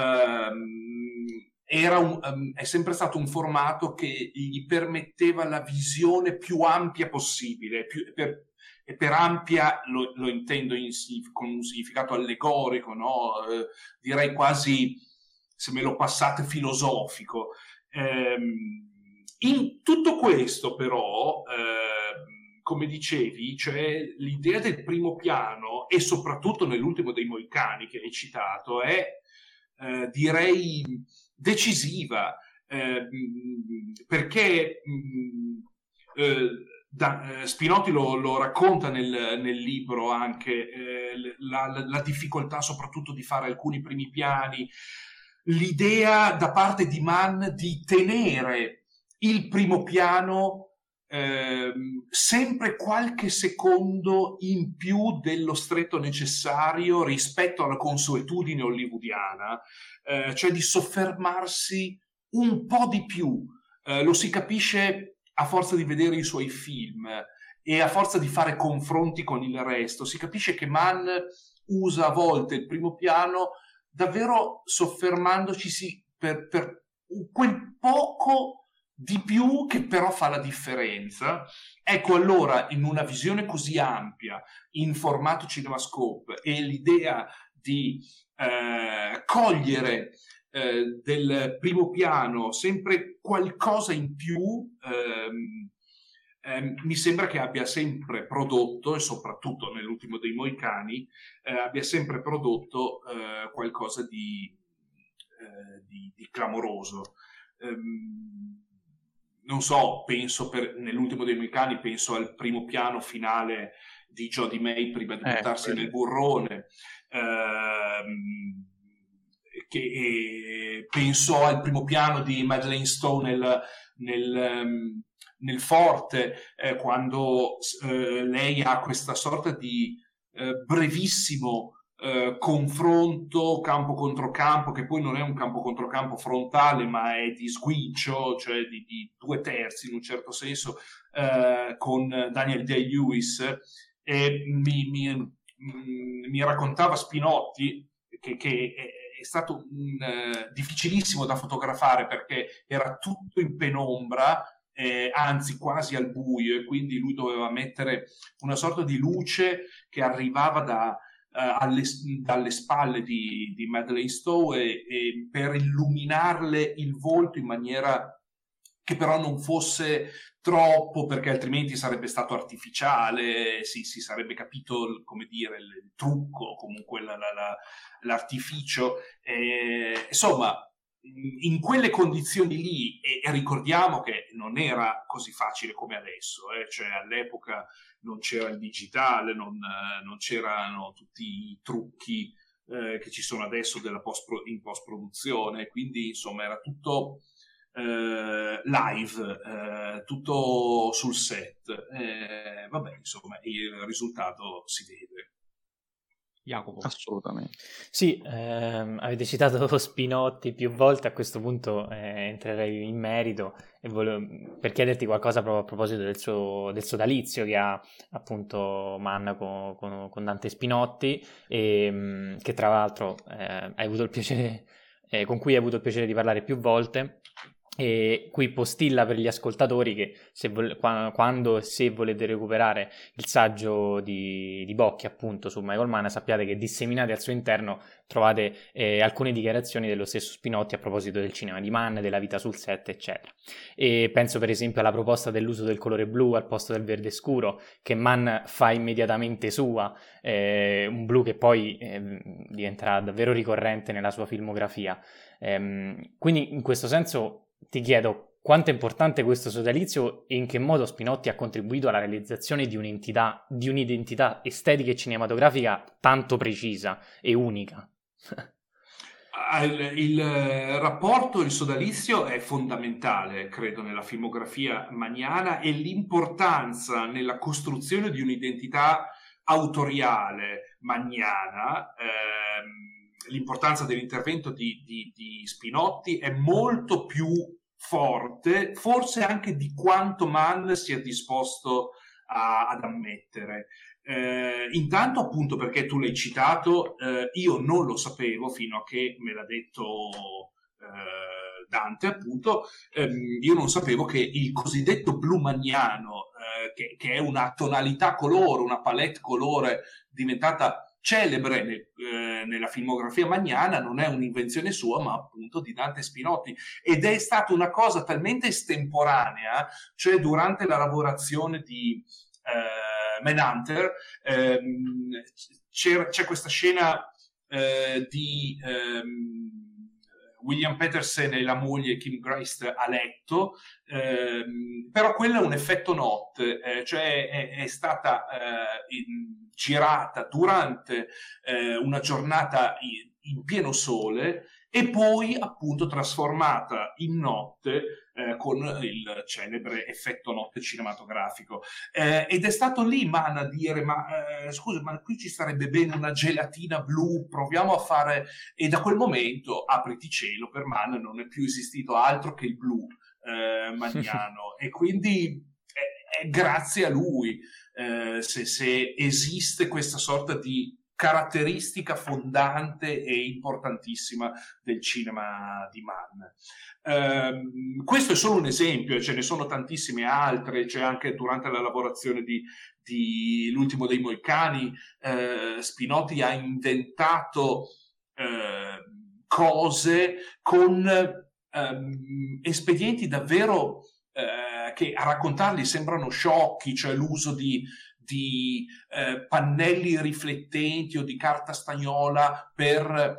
ehm, era un, um, è sempre stato un formato che gli permetteva la visione più ampia possibile, più, per, e per ampia lo, lo intendo in, con un significato allegorico, no? Eh, direi quasi, se me lo passate, filosofico. Ehm, in tutto questo però, eh, come dicevi, cioè l'idea del primo piano e soprattutto nell'ultimo dei Moicani che hai citato è, eh, direi, decisiva, eh, perché mh, eh, Da, eh, Spinotti lo, lo racconta nel, nel libro anche, eh, la, la, la difficoltà soprattutto di fare alcuni primi piani, l'idea da parte di Mann di tenere il primo piano eh, sempre qualche secondo in più dello stretto necessario rispetto alla consuetudine hollywoodiana, eh, cioè di soffermarsi un po' di più. Eh, lo si capisce a forza di vedere i suoi film e a forza di fare confronti con il resto, si capisce che Mann usa a volte il primo piano davvero soffermandoci per, per quel poco di più che però fa la differenza. Ecco, allora, in una visione così ampia, in formato CinemaScope, e l'idea di eh, cogliere Eh, del primo piano sempre qualcosa in più, ehm, ehm, mi sembra che abbia sempre prodotto, e soprattutto nell'ultimo dei Moicani, eh, abbia sempre prodotto eh, qualcosa di, eh, di, di clamoroso. Ehm, non so, penso per, nell'ultimo dei Moicani penso al primo piano finale di Jody May prima di buttarsi eh, nel burrone, ehm, che eh, penso al primo piano di Madeleine Stowe nel, nel, um, nel forte, eh, quando eh, lei ha questa sorta di eh, brevissimo eh, confronto campo contro campo, che poi non è un campo contro campo frontale, ma è di sguincio, cioè di, di due terzi in un certo senso, eh, con Daniel Day-Lewis, e mi, mi, mi raccontava Spinotti che, che è, è stato un, uh, difficilissimo da fotografare perché era tutto in penombra, eh, anzi quasi al buio, e quindi lui doveva mettere una sorta di luce che arrivava da, uh, alle, dalle spalle di, di Madeleine Stowe e, e per illuminarle il volto in maniera che però non fosse troppo, perché altrimenti sarebbe stato artificiale, si, si sarebbe capito, come dire, il, il trucco, comunque la, la, la, l'artificio. Eh, insomma, in quelle condizioni lì, e, e ricordiamo che non era così facile come adesso, eh, cioè all'epoca non c'era il digitale, non, non c'erano tutti i trucchi eh, che ci sono adesso della post, in post-produzione, quindi insomma era tutto Uh, live, uh, tutto sul set, eh, vabbè, insomma il risultato si vede. Jacopo. Assolutamente. Sì, ehm, avete citato Spinotti più volte, a questo punto eh, entrerei in merito e volevo, per chiederti qualcosa proprio a proposito del suo, del sodalizio che ha appunto Mann con, con, con Dante Spinotti, e, che tra l'altro eh, hai avuto il piacere, eh, con cui hai avuto il piacere di parlare più volte. E qui postilla per gli ascoltatori che se vo- quando e se volete recuperare il saggio di, di Bocchi appunto su Michael Mann, sappiate che disseminati al suo interno trovate eh, alcune dichiarazioni dello stesso Spinotti a proposito del cinema di Mann, della vita sul set eccetera, e penso per esempio alla proposta dell'uso del colore blu al posto del verde scuro che Mann fa immediatamente sua, eh, un blu che poi eh, diventerà davvero ricorrente nella sua filmografia. Ehm, quindi in questo senso ti chiedo quanto è importante questo sodalizio e in che modo Spinotti ha contribuito alla realizzazione di un'entità, di un'identità estetica e cinematografica tanto precisa e unica. Il, il rapporto, il sodalizio è fondamentale, credo, nella filmografia manniana, e l'importanza nella costruzione di un'identità autoriale manniana, ehm, l'importanza dell'intervento di, di, di Spinotti è molto più forte, forse anche di quanto Mann sia disposto a, ad ammettere. Eh, intanto appunto perché tu l'hai citato, eh, io non lo sapevo fino a che me l'ha detto eh, Dante appunto, ehm, io non sapevo che il cosiddetto blu manniano, eh, che, che è una tonalità colore, una palette colore diventata celebre nel, eh, nella filmografia manniana, non è un'invenzione sua ma appunto di Dante Spinotti, ed è stata una cosa talmente estemporanea, cioè durante la lavorazione di eh, Manhunter ehm, c'è, c'è questa scena eh, di ehm, William Petersen e la moglie Kim Grist a letto, ehm, però quello è un effetto notte, eh, cioè è, è stata eh, in, girata durante eh, una giornata in, in pieno sole e poi appunto trasformata in notte eh, con il celebre effetto notte cinematografico. Eh, ed è stato lì Mann a dire ma eh, scusa, ma qui ci sarebbe bene una gelatina blu, proviamo a fare, e da quel momento, apriti cielo, per Mann non è più esistito altro che il blu eh, manniano e quindi è, è grazie a lui eh, se, se esiste questa sorta di caratteristica fondante e importantissima del cinema di Mann. Um, questo è solo un esempio, ce ne sono tantissime altre, c'è anche durante la lavorazione di, di L'ultimo dei Moicani, eh, Spinotti ha inventato eh, cose con um, espedienti davvero eh, che a raccontarli sembrano sciocchi, cioè l'uso di di eh, pannelli riflettenti o di carta stagnola per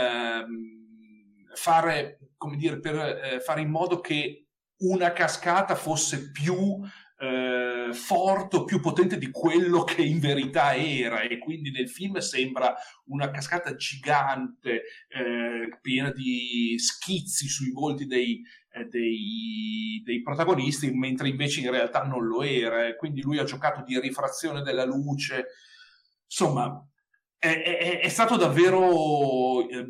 ehm, fare, come dire, per eh, fare in modo che una cascata fosse più eh, forte, più potente di quello che in verità era, e quindi nel film sembra una cascata gigante eh, piena di schizzi sui volti dei, eh, dei, dei protagonisti, mentre invece in realtà non lo era. Quindi lui ha giocato di rifrazione della luce. Insomma, è, è, è stato davvero eh,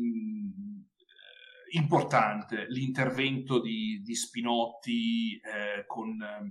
importante l'intervento di, di Spinotti eh, con,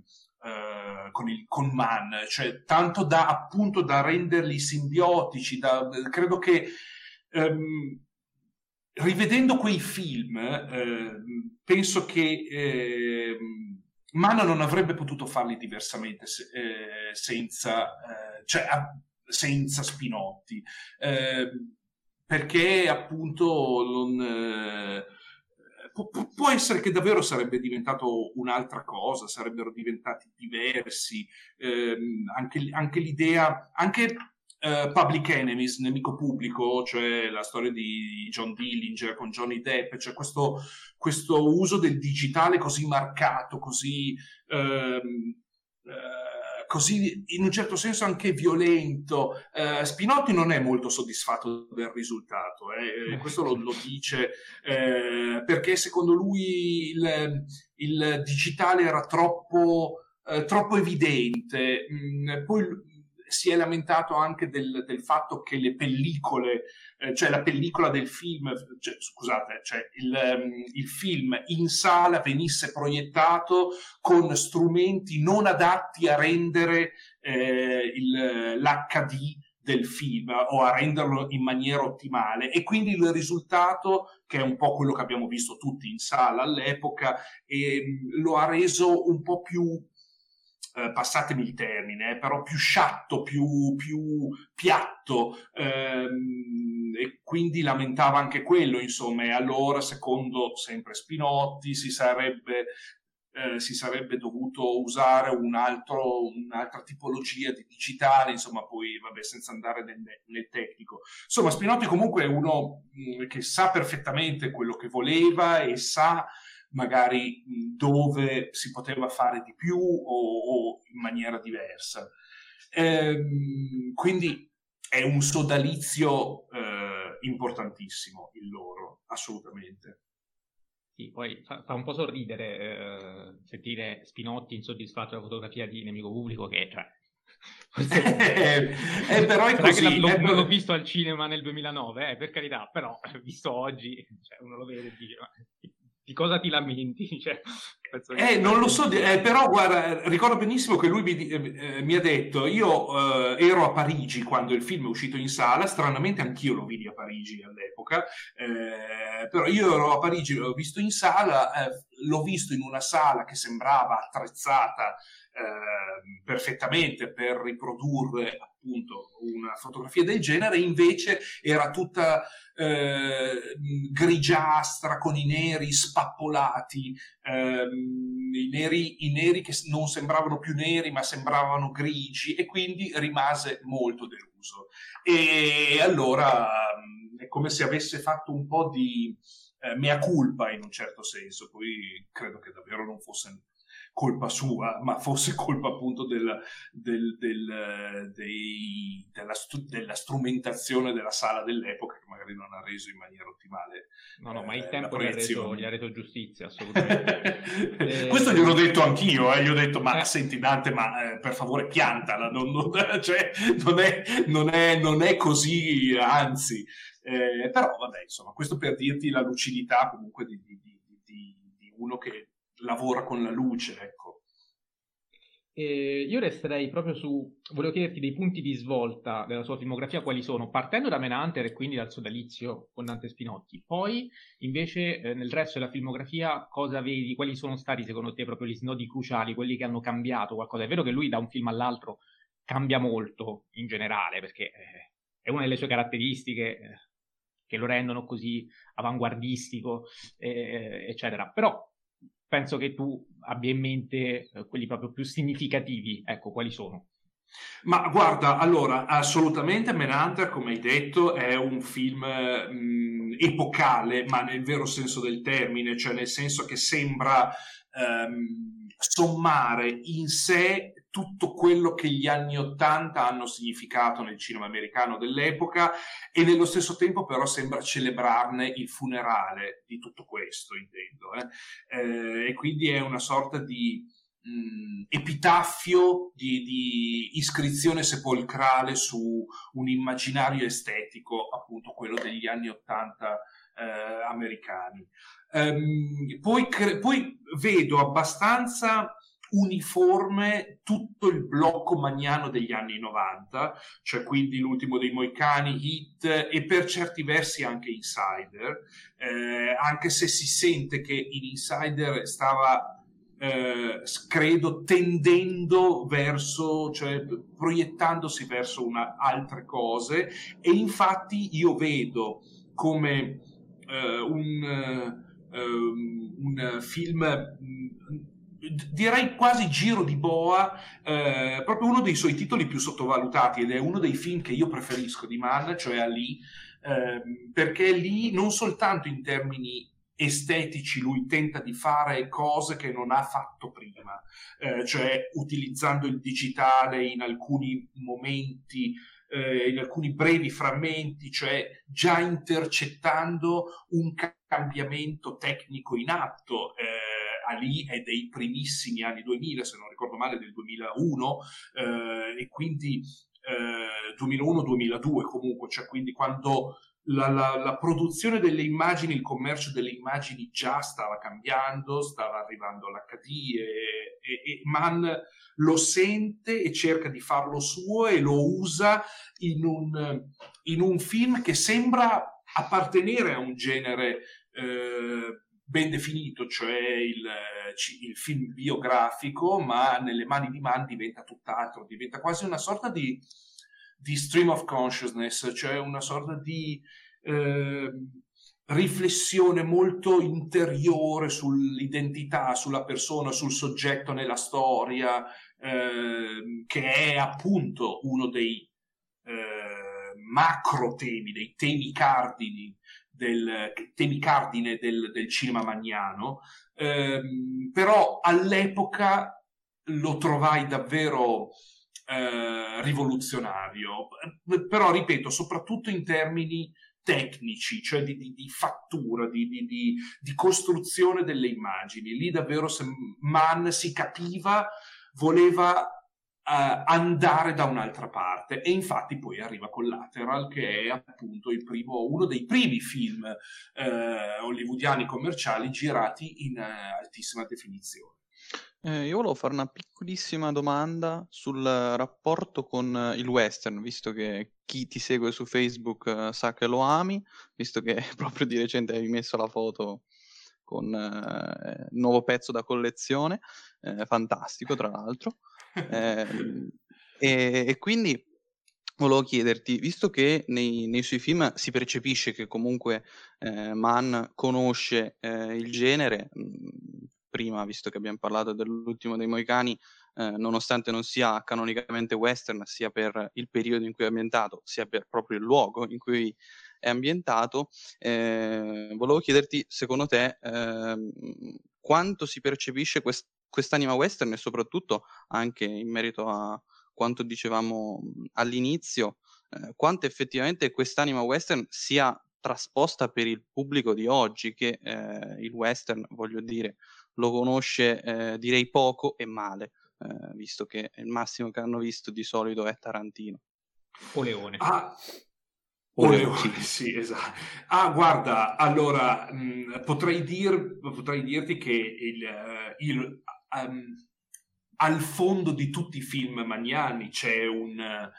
eh, con, il, con Mann, cioè tanto da appunto da renderli simbiotici. Da, credo che ehm, rivedendo quei film eh, penso che eh, Mann non avrebbe potuto farli diversamente se, eh, senza, eh, cioè, senza Spinotti. Eh, perché appunto non, eh, pu- può essere che davvero sarebbe diventato un'altra cosa, sarebbero diventati diversi, ehm, anche, anche l'idea, anche eh, Public Enemies, Nemico Pubblico, cioè la storia di John Dillinger con Johnny Depp, cioè questo, questo uso del digitale così marcato, così... Ehm, eh, così in un certo senso anche violento. Eh, Spinotti non è molto soddisfatto del risultato, eh. Questo lo, lo dice eh, perché secondo lui il, il digitale era troppo, eh, troppo evidente. Mm, poi si è lamentato anche del, del fatto che le pellicole, eh, cioè la pellicola del film, cioè, scusate, cioè il, um, il film in sala venisse proiettato con strumenti non adatti a rendere eh, il, l'H D del film o a renderlo in maniera ottimale, e quindi il risultato, che è un po' quello che abbiamo visto tutti in sala all'epoca, eh, lo ha reso un po' più Eh, passatemi il termine, eh, però più sciatto, più, più piatto, ehm, e quindi lamentava anche quello, insomma. E allora, secondo sempre Spinotti, si sarebbe, eh, si sarebbe dovuto usare un altro, un'altra tipologia di digitale, insomma, poi vabbè, senza andare nel, nel tecnico. Insomma, Spinotti comunque è uno mh, che sa perfettamente quello che voleva e sa magari dove si poteva fare di più o, o in maniera diversa. Ehm, quindi è un sodalizio eh, importantissimo il loro, assolutamente. Sì, poi fa, fa un po' sorridere eh, sentire Spinotti insoddisfatto della fotografia di Nemico Pubblico, che cioè... eh, eh, però è così. Che l'ho, eh, l'ho visto al cinema nel duemilanove, eh, per carità, però visto oggi, cioè, uno lo vede e dice... Ma... di cosa ti lamenti? Cioè, penso che eh, non lo so, eh, però guarda, ricordo benissimo che lui mi, eh, mi ha detto, io eh, ero a Parigi quando il film è uscito in sala, stranamente anch'io lo vidi a Parigi all'epoca, eh, però io ero a Parigi, l'ho visto in sala, eh, l'ho visto in una sala che sembrava attrezzata eh, perfettamente per riprodurre appunto una fotografia del genere, invece era tutta eh, grigiastra con i neri spappolati, ehm, i, neri, i neri che non sembravano più neri ma sembravano grigi, e quindi rimase molto deluso. E allora è come se avesse fatto un po' di eh, mea culpa in un certo senso. Poi credo che davvero non fosse colpa sua, ma fosse colpa appunto del, del, del, dei, della, stru- della strumentazione della sala dell'epoca, che magari non ha reso in maniera ottimale. No, no, ma il eh, tempo gli ha, reso, gli ha reso giustizia, assolutamente. eh... Questo gliel'ho detto anch'io, eh. Gli ho detto, ma eh. senti Dante, ma eh, per favore piantala, non, non, cioè, non, è, non, è, non è così, anzi. Eh, però vabbè, insomma, questo per dirti la lucidità comunque di, di, di, di, di uno che lavora con la luce, ecco. Eh, io resterei proprio su, volevo chiederti dei punti di svolta della sua filmografia, quali sono, partendo da Manhunter e quindi dal sodalizio con Dante Spinotti, poi invece eh, nel resto della filmografia cosa vedi, quali sono stati secondo te proprio gli snodi cruciali, quelli che hanno cambiato qualcosa? È vero che lui da un film all'altro cambia molto in generale, perché eh, è una delle sue caratteristiche eh, che lo rendono così avanguardistico, eh, eccetera, però penso che tu abbia in mente eh, quelli proprio più significativi. Ecco, quali sono? Ma guarda, allora, assolutamente Manhunter, come hai detto, è un film mh, epocale, ma nel vero senso del termine, cioè nel senso che sembra ehm, sommare in sé tutto quello che gli anni Ottanta hanno significato nel cinema americano dell'epoca, e nello stesso tempo però sembra celebrarne il funerale di tutto questo, intendo. Eh? Eh, e quindi è una sorta di mh, epitaffio, di, di iscrizione sepolcrale su un immaginario estetico, appunto quello degli anni Ottanta eh, americani. Um, poi, cre- poi vedo abbastanza uniforme tutto il blocco magnano degli anni novanta, cioè quindi L'ultimo dei Moicani, Hit e per certi versi anche Insider, eh, anche se si sente che in Insider stava eh, credo tendendo verso, cioè proiettandosi verso una, altre cose, e infatti io vedo come eh, un Uh, un film mh, direi quasi giro di boa, eh, proprio uno dei suoi titoli più sottovalutati, ed è uno dei film che io preferisco di Mann, cioè Ali, eh, perché lì non soltanto in termini estetici lui tenta di fare cose che non ha fatto prima, eh, cioè utilizzando il digitale in alcuni momenti, eh, in alcuni brevi frammenti, cioè già intercettando un cambiamento tecnico in atto. eh, Ali è dei primissimi anni duemila, se non ricordo male del duemilauno, eh, e quindi eh, duemilauno duemiladue comunque, cioè quindi quando La, la, la produzione delle immagini, il commercio delle immagini già stava cambiando, stava arrivando all'H D, e, e, e Mann lo sente e cerca di farlo suo e lo usa in un, in un film che sembra appartenere a un genere eh, ben definito, cioè il, il film biografico, ma nelle mani di Mann diventa tutt'altro, diventa quasi una sorta di di stream of consciousness, cioè una sorta di eh, riflessione molto interiore sull'identità, sulla persona, sul soggetto nella storia, eh, che è appunto uno dei eh, macro temi, dei temi cardini del temi cardine del, del cinema magnano, eh, però all'epoca lo trovai davvero Eh, rivoluzionario, però ripeto, soprattutto in termini tecnici, cioè di, di, di fattura, di, di, di, di costruzione delle immagini. Lì davvero Mann si capiva, voleva uh, andare da un'altra parte, e infatti poi arriva Collateral, che è appunto il primo, uno dei primi film uh, hollywoodiani commerciali girati in uh, altissima definizione. Eh, io volevo fare una piccolissima domanda sul rapporto con eh, il western, visto che chi ti segue su Facebook eh, sa che lo ami, visto che proprio di recente hai messo la foto con eh, il nuovo pezzo da collezione, eh, fantastico tra l'altro. Eh, e, e quindi volevo chiederti, visto che nei, nei suoi film si percepisce che comunque eh, Mann conosce eh, il genere, mh, prima, visto che abbiamo parlato dell'ultimo dei Moicani, eh, nonostante non sia canonicamente western, sia per il periodo in cui è ambientato, sia per proprio il luogo in cui è ambientato, eh, volevo chiederti, secondo te, eh, quanto si percepisce quest- quest'anima western, e soprattutto anche in merito a quanto dicevamo all'inizio, eh, quanto effettivamente quest'anima western sia trasposta per il pubblico di oggi, che eh, il western, voglio dire, lo conosce eh, direi poco e male, eh, visto che il massimo che hanno visto di solito è Tarantino. O Leone. Ah, o, o Leone, Leone, sì. sì, esatto. Ah, guarda, allora, mh, potrei, dir, potrei dirti che il, il, um, al fondo di tutti i film magnani c'è un...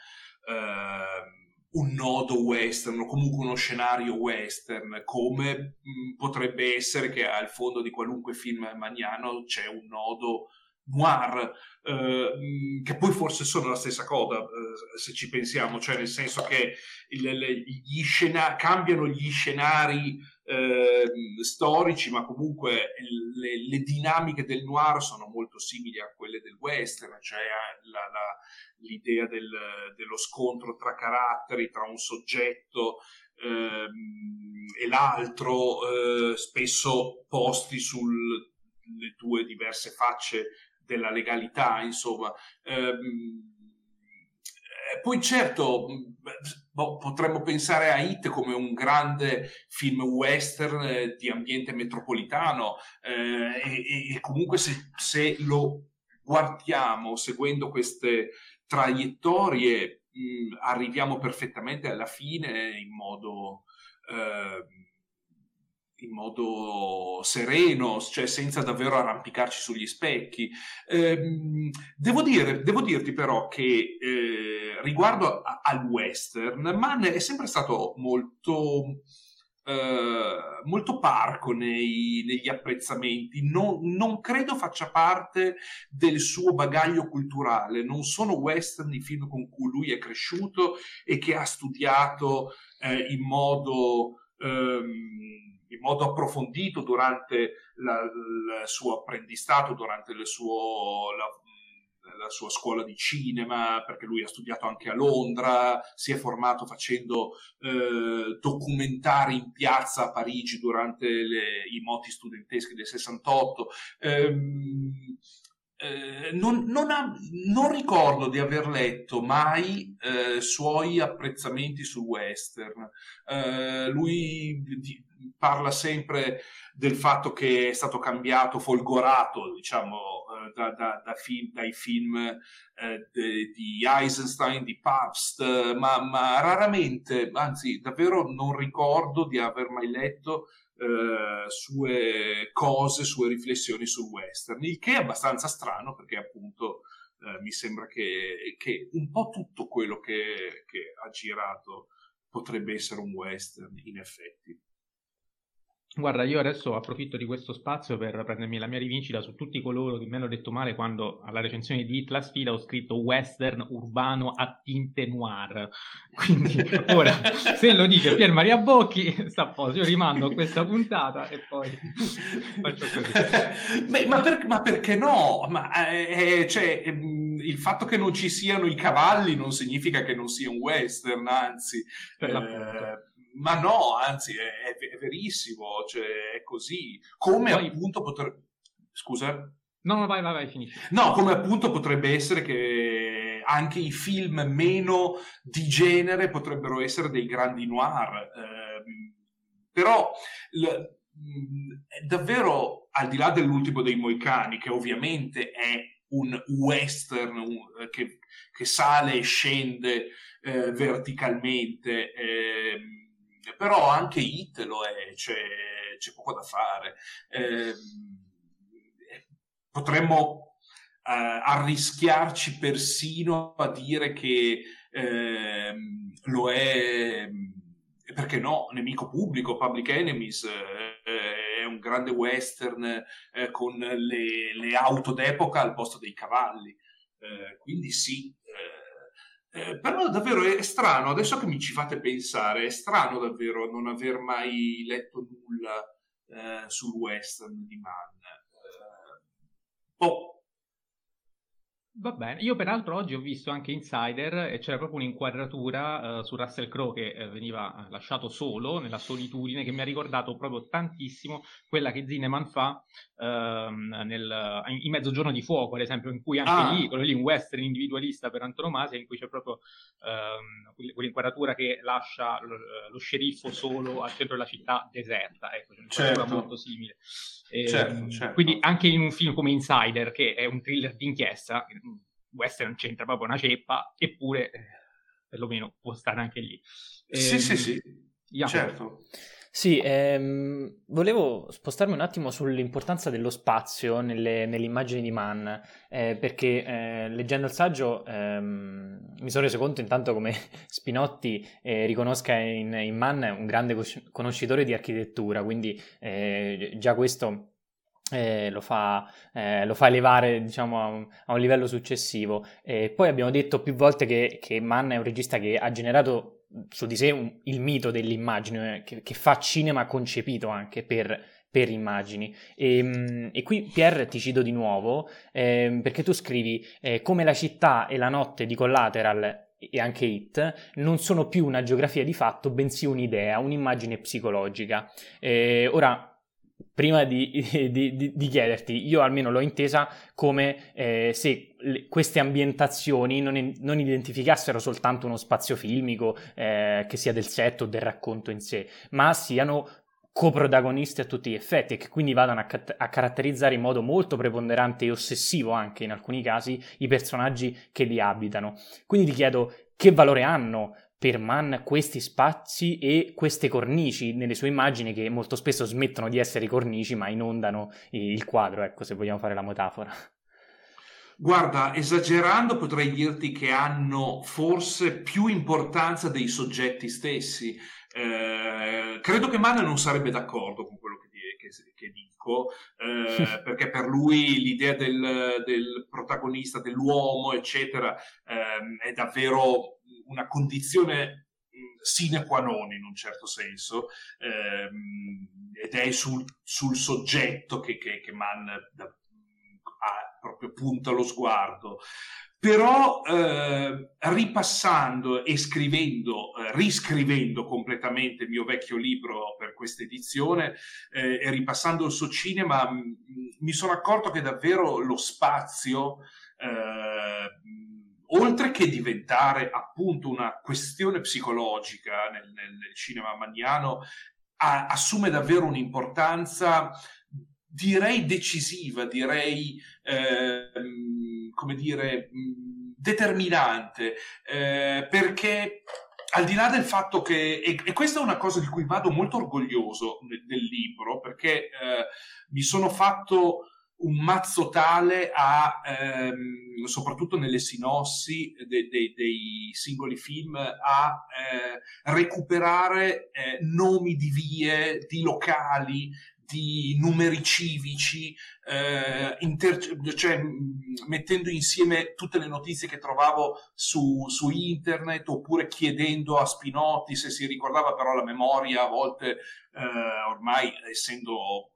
Uh, un nodo western, o comunque uno scenario western, come mh, potrebbe essere che al fondo di qualunque film magnano c'è un nodo noir, eh, che poi forse sono la stessa cosa, eh, se ci pensiamo, cioè nel senso che il, le, gli scena- cambiano gli scenari eh, storici, ma comunque le, le dinamiche del noir sono molto simili a quelle del western, cioè la, la, l'idea del, dello scontro tra caratteri, tra un soggetto ehm, e l'altro, eh, spesso posti sulle due diverse facce della legalità, insomma. Ehm, poi certo, boh, potremmo pensare a It come un grande film western eh, di ambiente metropolitano, eh, e, e comunque se, se lo guardiamo seguendo queste traiettorie mh, arriviamo perfettamente alla fine in modo... Eh, in modo sereno, cioè senza davvero arrampicarci sugli specchi. Ehm, devo, dire, devo dirti però che eh, riguardo a, al western, Mann è sempre stato molto, eh, molto parco nei, negli apprezzamenti, non, non credo faccia parte del suo bagaglio culturale, non sono western i film con cui lui è cresciuto e che ha studiato eh, in modo... Ehm, in modo approfondito durante la, il suo apprendistato, durante il suo, la, la sua scuola di cinema, perché lui ha studiato anche a Londra, si è formato facendo eh, documentari in piazza a Parigi durante le, i moti studenteschi del sessantotto. Ehm, eh, non, non, ha, non ricordo di aver letto mai eh, suoi apprezzamenti sul western. Eh, lui di, parla sempre del fatto che è stato cambiato, folgorato, diciamo, eh, da, da, da film, dai film eh, de, di Eisenstein, di Pabst, eh, ma, ma raramente, anzi davvero non ricordo di aver mai letto eh, sue cose, sue riflessioni sul western, il che è abbastanza strano perché appunto eh, mi sembra che, che un po' tutto quello che, che ha girato potrebbe essere un western in effetti. Guarda, io adesso approfitto di questo spazio per prendermi la mia rivincita su tutti coloro che mi hanno detto male quando alla recensione di It la sfida ho scritto western urbano a tinte noir. Quindi ora, se lo dice Pier Maria Bocchi, sta a posto. Io rimando a questa puntata e poi faccio così. Beh, ma, per, ma perché no? Ma, eh, cioè, ehm, il fatto che non ci siano i cavalli non significa che non sia un western, anzi... Per eh, l'appunto. Ma no, anzi, è, è verissimo, cioè è così. Come Poi... appunto potrebbe... Scusa? No, no, vai, vai, vai, finisci. No, come appunto potrebbe essere che anche i film meno di genere potrebbero essere dei grandi noir. Eh, però l, davvero, al di là dell'Ultimo dei Moicani, che ovviamente è un western un, che, che sale e scende eh, verticalmente, eh, però anche It lo è, c'è, c'è poco da fare. Eh, potremmo eh, arrischiarci persino a dire che eh, lo è, perché no, Nemico Pubblico, Public Enemies, eh, è un grande western eh, con le, le auto d'epoca al posto dei cavalli. Eh, quindi sì, Eh, però davvero è strano, adesso che mi ci fate pensare, è strano davvero non aver mai letto nulla eh, sul western di Mann. Eh, oh. Va bene, io peraltro oggi ho visto anche Insider e c'era proprio un'inquadratura uh, su Russell Crowe che uh, veniva lasciato solo nella solitudine, che mi ha ricordato proprio tantissimo quella che Zinnemann fa uh, nel, in Mezzogiorno di Fuoco, ad esempio, in cui anche ah. lì, quello lì un western individualista per antonomasia, in cui c'è proprio uh, quell'inquadratura che lascia lo, lo sceriffo solo al centro della città deserta, ecco, c'è un'inquadratura certo. molto simile. E, certo, certo. Quindi anche in un film come Insider, che è un thriller d'inchiesta, western c'entra proprio una ceppa, eppure eh, perlomeno può stare anche lì. E, sì, sì, sì, Jacopo. Certo. Sì, ehm, volevo spostarmi un attimo sull'importanza dello spazio nelle, nelle immagini di Mann, eh, perché eh, leggendo il saggio ehm, mi sono reso conto intanto come Spinotti eh, riconosca in, in Mann un grande conoscitore di architettura, quindi eh, già questo eh, lo, fa, eh, lo fa elevare, diciamo, a un, a un livello successivo. E poi abbiamo detto più volte che, che Mann è un regista che ha generato su di sé un, il mito dell'immagine, che, che fa cinema concepito anche per, per immagini. E, e qui Pier ti cito di nuovo eh, perché tu scrivi eh, come la città e la notte di Collateral e anche It non sono più una geografia di fatto, bensì un'idea, un'immagine psicologica. Eh, ora prima di, di, di, di chiederti, io almeno l'ho intesa come eh, se le, queste ambientazioni non, in, non identificassero soltanto uno spazio filmico eh, che sia del set o del racconto in sé, ma siano coprotagonisti a tutti gli effetti e che quindi vadano a, ca- a caratterizzare in modo molto preponderante e ossessivo anche in alcuni casi i personaggi che li abitano. Quindi ti chiedo che valore hanno per Mann questi spazi e queste cornici nelle sue immagini, che molto spesso smettono di essere cornici ma inondano il quadro, ecco, se vogliamo fare la metafora. Guarda, esagerando potrei dirti che hanno forse più importanza dei soggetti stessi. Eh, credo che Mann non sarebbe d'accordo con quello che, che, che dico, eh, perché per lui l'idea del, del protagonista, dell'uomo, eccetera, eh, è davvero una condizione sine qua non in un certo senso, ehm, ed è sul, sul soggetto che, che, che Mann da, ha proprio punta lo sguardo. Però eh, ripassando e scrivendo, eh, riscrivendo completamente il mio vecchio libro per questa edizione eh, e ripassando il suo cinema, m- mi sono accorto che davvero lo spazio, eh, oltre che diventare appunto una questione psicologica nel, nel, nel cinema manniano, ha, assume davvero un'importanza, direi decisiva, direi eh, come dire determinante, eh, perché al di là del fatto che, e, e questa è una cosa di cui vado molto orgoglioso nel, del libro, perché eh, mi sono fatto un mazzo tale a, ehm, soprattutto nelle sinossi de, de, dei singoli film, a eh, recuperare eh, nomi di vie, di locali, di numeri civici, eh, inter- cioè mh, mettendo insieme tutte le notizie che trovavo su, su internet, oppure chiedendo a Spinotti se si ricordava, però la memoria a volte eh, ormai essendo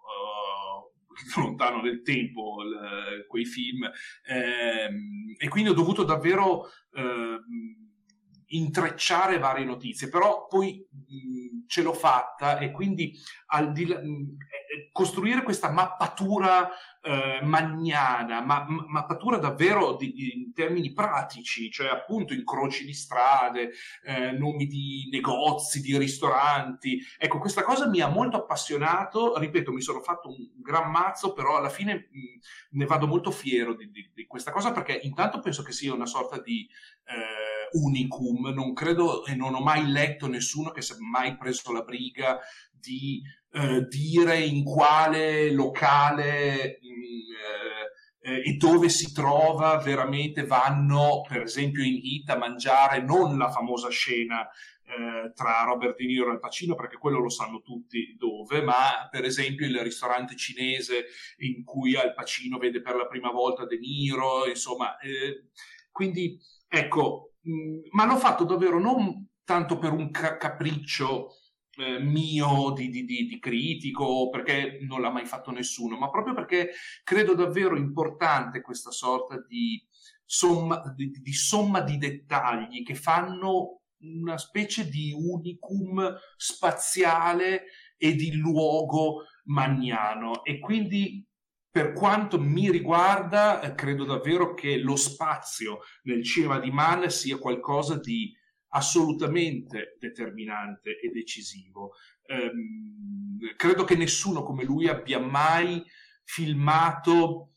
uh, lontano nel tempo l- quei film, ehm, e quindi ho dovuto davvero eh, intrecciare varie notizie, però poi mh, ce l'ho fatta, e quindi al di là, mh, costruire questa mappatura eh, magnana, ma m- mappatura davvero di, di, in termini pratici, cioè appunto incroci di strade, eh, nomi di negozi, di ristoranti. Ecco, questa cosa mi ha molto appassionato, ripeto, mi sono fatto un gran mazzo, però alla fine mh, ne vado molto fiero di, di, di questa cosa, perché intanto penso che sia una sorta di eh, unicum, non credo e non ho mai letto nessuno che si è mai preso la briga di eh, dire in quale locale mh, eh, e dove si trova veramente vanno, per esempio in Hit, a mangiare non la famosa scena eh, tra Robert De Niro e Al Pacino, perché quello lo sanno tutti dove, ma per esempio il ristorante cinese in cui Al Pacino vede per la prima volta De Niro, insomma, eh, quindi ecco, mh, ma l'ho fatto davvero non tanto per un ca- capriccio eh, mio di, di, di, di critico, perché non l'ha mai fatto nessuno, ma proprio perché credo davvero importante questa sorta di somma di, di somma di dettagli che fanno una specie di unicum spaziale e di luogo manniano. E quindi, per quanto mi riguarda, eh, credo davvero che lo spazio nel cinema di Mann sia qualcosa di assolutamente determinante e decisivo. Ehm, credo che nessuno come lui abbia mai filmato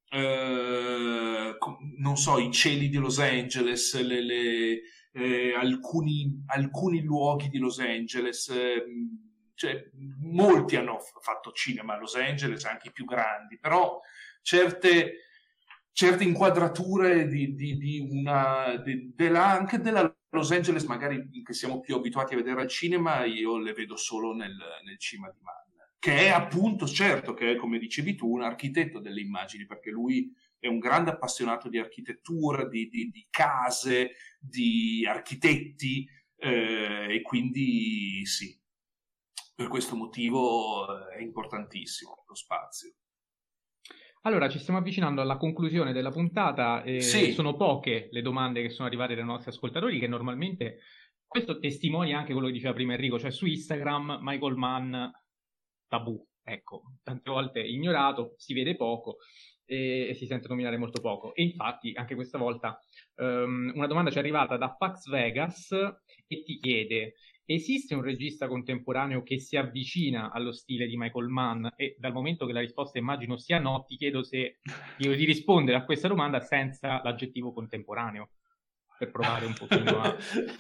eh, non so, i cieli di Los Angeles, le, le, eh, alcuni, alcuni luoghi di Los Angeles, eh, cioè, molti hanno f- fatto cinema a Los Angeles, anche i più grandi, però certe, certe inquadrature di, di, di una, di, della, anche della Los Angeles, magari che siamo più abituati a vedere al cinema, io le vedo solo nel, nel cinema di Mann, che è appunto, certo, che è, come dicevi tu, un architetto delle immagini, perché lui è un grande appassionato di architettura, di, di, di case, di architetti, eh, e quindi sì, per questo motivo è importantissimo lo spazio. Allora, ci stiamo avvicinando alla conclusione della puntata. Eh, sì. Sono poche le domande che sono arrivate dai nostri ascoltatori, che normalmente, questo testimonia anche quello che diceva prima Enrico, cioè su Instagram Michael Mann tabù, ecco, tante volte ignorato, si vede poco e, e si sente nominare molto poco. E infatti anche questa volta um, una domanda ci è arrivata da Pax Vegas e ti chiede: esiste un regista contemporaneo che si avvicina allo stile di Michael Mann? E dal momento che la risposta immagino sia no, ti chiedo se io di rispondere a questa domanda senza l'aggettivo contemporaneo, per provare un pochino a...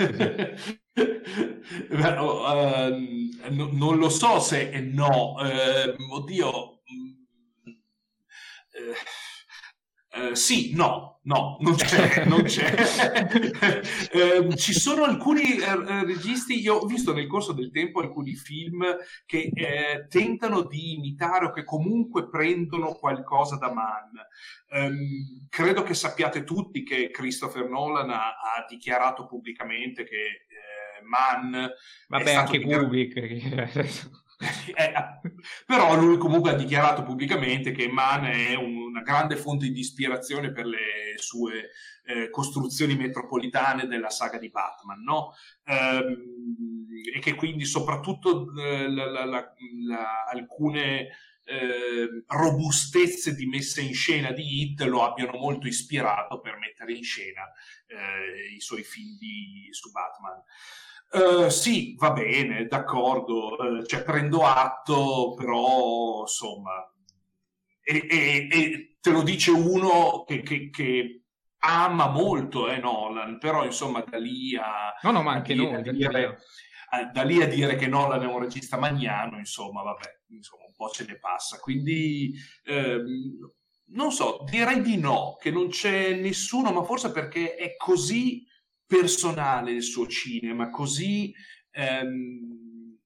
Beh, uh, no, non lo so se è no. Uh, oddio... Uh, Uh, sì, no, no, non c'è, non c'è. uh, ci sono alcuni uh, registi, io ho visto nel corso del tempo alcuni film che uh, tentano di imitare o che comunque prendono qualcosa da Mann. Um, credo che sappiate tutti che Christopher Nolan ha, ha dichiarato pubblicamente che uh, Mann... Vabbè, è stato anche dichiar- Kubrick... Eh, però lui comunque ha dichiarato pubblicamente che Mann è un, una grande fonte di ispirazione per le sue eh, costruzioni metropolitane della saga di Batman, no? Ehm, e che quindi soprattutto eh, la, la, la, la, alcune eh, robustezze di messa in scena di Heat lo abbiano molto ispirato per mettere in scena eh, i suoi film di, su Batman. Uh, sì, va bene, d'accordo, uh, cioè prendo atto, però insomma, e, e, e te lo dice uno che, che, che ama molto eh, Nolan, però insomma da lì a, no, no, ma a, anche dire, noi, a, dire, a, da lì a dire che Nolan è un regista magnano, insomma, vabbè, insomma, un po' ce ne passa, quindi ehm, non so, direi di no, che non c'è nessuno, ma forse perché è così personale il suo cinema, così ehm,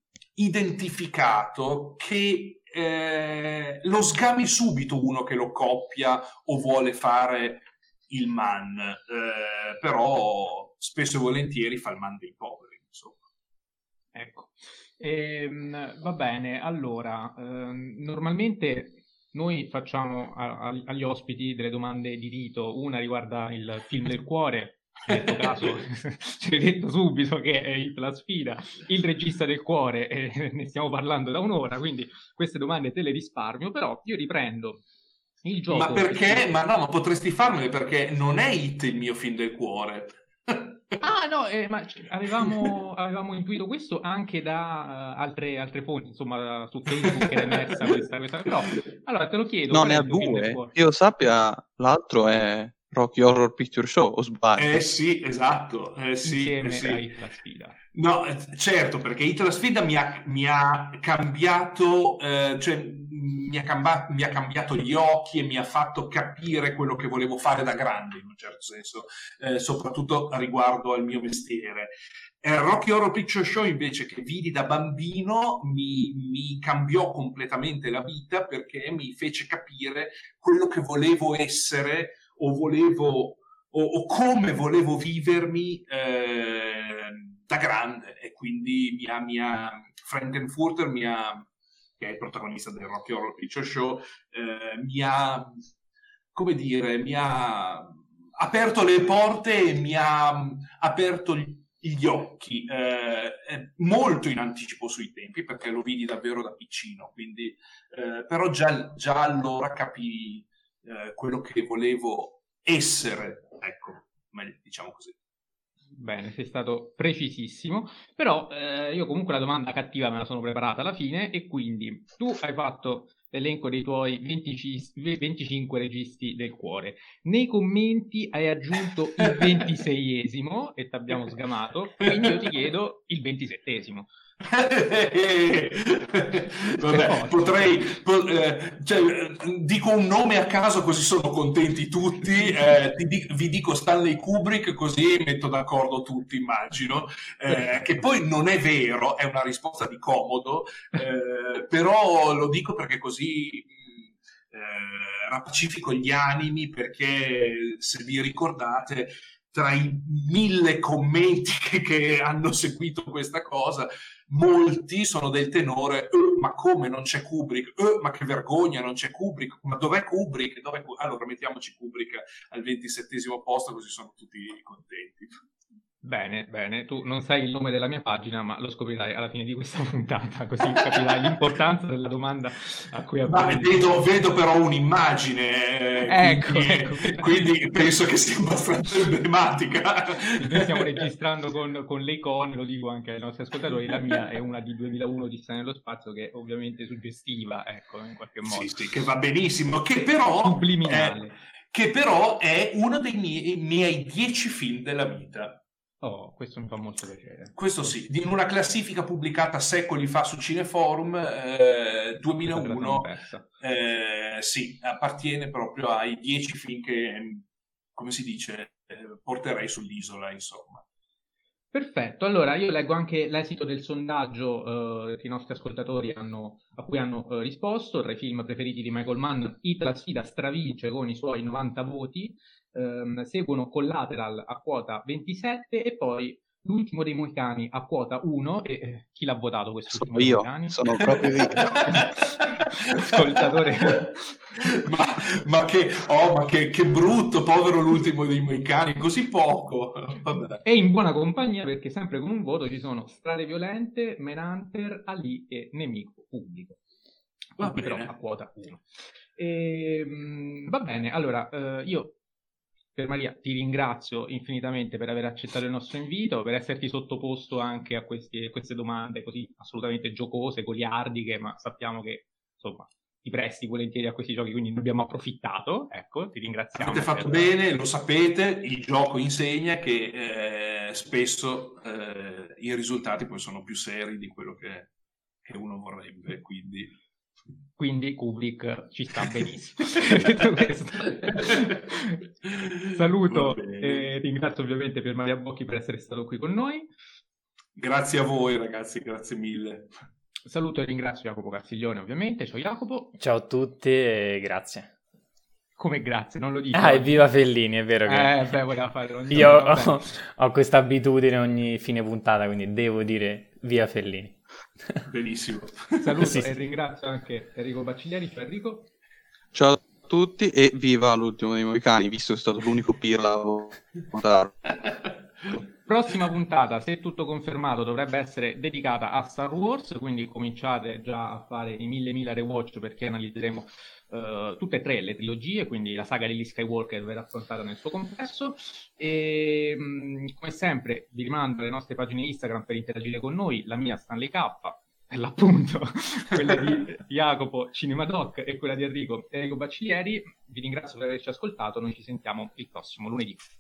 identificato che eh, lo sgami subito uno che lo copia o vuole fare il Mann, eh, però spesso e volentieri fa il Mann dei poveri, insomma. Ecco, ehm, va bene, allora, ehm, normalmente noi facciamo a, a, agli ospiti delle domande di rito, una riguarda il film del cuore. In questo caso ci hai detto subito che è Heat la sfida, il regista del cuore, e ne stiamo parlando da un'ora, quindi queste domande te le risparmio, però io riprendo il gioco. Ma perché? Che... Ma no, ma potresti farmele perché non è Heat il mio film del cuore. Ah no, eh, ma avevamo, avevamo intuito questo anche da uh, altre, altre fonti, insomma su Facebook era emersa questa, questa, però allora te lo chiedo. No, ne ha due, io sappia l'altro è Rocky Horror Picture Show, o sbaglio? Eh sì, esatto, eh, sì, insieme eh sì. a Heat la sfida. No, certo, perché Heat la sfida mi ha, mi ha cambiato, eh, cioè mi ha, camba- mi ha cambiato gli occhi e mi ha fatto capire quello che volevo fare da grande, in un certo senso, eh, soprattutto riguardo al mio mestiere. Eh, Rocky Horror Picture Show invece, che vidi da bambino, mi, mi cambiò completamente la vita perché mi fece capire quello che volevo essere o volevo o, o come volevo vivermi eh, da grande, e quindi mi ha, mi ha Frankenfurter mi ha, che è il protagonista del Rocky Horror Picture Show, eh, mi ha, come dire, mi ha aperto le porte e mi ha aperto gli occhi, eh, molto in anticipo sui tempi, perché lo vidi davvero da piccino, quindi eh, però già, già allora capii eh, quello che volevo essere, ecco, meglio, diciamo così. Bene, sei stato precisissimo, però eh, io comunque la domanda cattiva me la sono preparata alla fine, e quindi tu hai fatto l'elenco dei tuoi venticinque registi del cuore. Nei commenti hai aggiunto il ventiseiesimo e ti abbiamo sgamato, quindi io ti chiedo il ventisettesimo. Vabbè, potrei po- eh, cioè, dico un nome a caso così sono contenti tutti, eh, ti dico, vi dico Stanley Kubrick così metto d'accordo tutti, immagino, eh, che poi non è vero, è una risposta di comodo, eh, però lo dico perché così eh, rapacifico gli animi, perché se vi ricordate tra i mille commenti che, che hanno seguito questa cosa, molti sono del tenore eh, ma come non c'è Kubrick, eh, ma che vergogna non c'è Kubrick, ma dov'è Kubrick? Dov'è Kubrick? Allora mettiamoci Kubrick al ventisettesimo posto così sono tutti contenti. Bene, bene, tu non sai il nome della mia pagina, ma lo scoprirai alla fine di questa puntata, così capirai l'importanza della domanda a cui Ma abbiamo... vedo, vedo però un'immagine, Ecco, quindi, ecco. quindi penso che sia abbastanza emblematica. Noi stiamo registrando con, con le icone, lo dico anche ai nostri ascoltatori, la mia è una di duemilauno di Odissea nello spazio, che è ovviamente suggestiva, ecco, in qualche modo. Sì, sì, che va benissimo, che però... Subliminale. È, che però è uno dei miei, miei dieci film della vita. Oh, questo mi fa molto piacere. Questo sì, in una classifica pubblicata secoli fa su Cineforum, eh, duemilauno, eh, sì, appartiene proprio ai dieci film che, come si dice, eh, porterei sull'isola, insomma. Perfetto, allora io leggo anche l'esito del sondaggio eh, che i nostri ascoltatori hanno, a cui hanno eh, risposto. Tra i film preferiti di Michael Mann, It la sfida stravince con i suoi novanta voti, ehm, seguono Collateral a quota ventisette e poi L'ultimo dei Moicani a quota uno. E eh, chi l'ha votato quest'ultimo dei Moicani? Sono proprio io. Ascoltatore. ma, ma, che, oh, ma che, che brutto, povero L'ultimo dei Moicani, così poco. Vabbè. E in buona compagnia, perché sempre con un voto ci sono Strade Violente, Manhunter, Ali e Nemico Pubblico. Va Però bene. a quota uno. E, mh, va bene, allora eh, io per Maria ti ringrazio infinitamente per aver accettato il nostro invito, per esserti sottoposto anche a questi, queste domande così assolutamente giocose, goliardiche, ma sappiamo che insomma ti presti volentieri a questi giochi, quindi ne abbiamo approfittato. Ecco, ti ringraziamo. Avete fatto per... bene, lo sapete, il gioco insegna che eh, spesso eh, i risultati poi sono più seri di quello che, che uno vorrebbe, quindi... Quindi Kubrick ci sta benissimo. Detto questo, saluto e ringrazio ovviamente per Maria Bocchi per essere stato qui con noi. Grazie a voi ragazzi, grazie mille. Saluto e ringrazio Jacopo Castiglione ovviamente. Ciao Jacopo. Ciao a tutti e grazie. Come grazie, non lo dico. Ah, evviva Fellini, è vero che... Eh, beh, voleva fare ogni Io giorno, ho, ho questa abitudine ogni fine puntata, quindi devo dire via Fellini. Benissimo. Saluto sì, e sì. ringrazio anche Enrico Bacciglieri. Ciao Enrico. Ciao a tutti e viva L'ultimo dei Moicani, visto che è stato l'unico pirla a votare. Prossima puntata, se tutto confermato, dovrebbe essere dedicata a Star Wars, quindi cominciate già a fare i mille mila rewatch perché analizzeremo uh, tutte e tre le trilogie, quindi la saga degli Skywalker verrà affrontata nel suo complesso e mh, come sempre vi rimando alle nostre pagine Instagram per interagire con noi, la mia Stanley K, per l'appunto quella di Jacopo Cinemadoc e quella di Enrico Enrico Bacciglieri. Vi ringrazio per averci ascoltato, noi ci sentiamo il prossimo lunedì.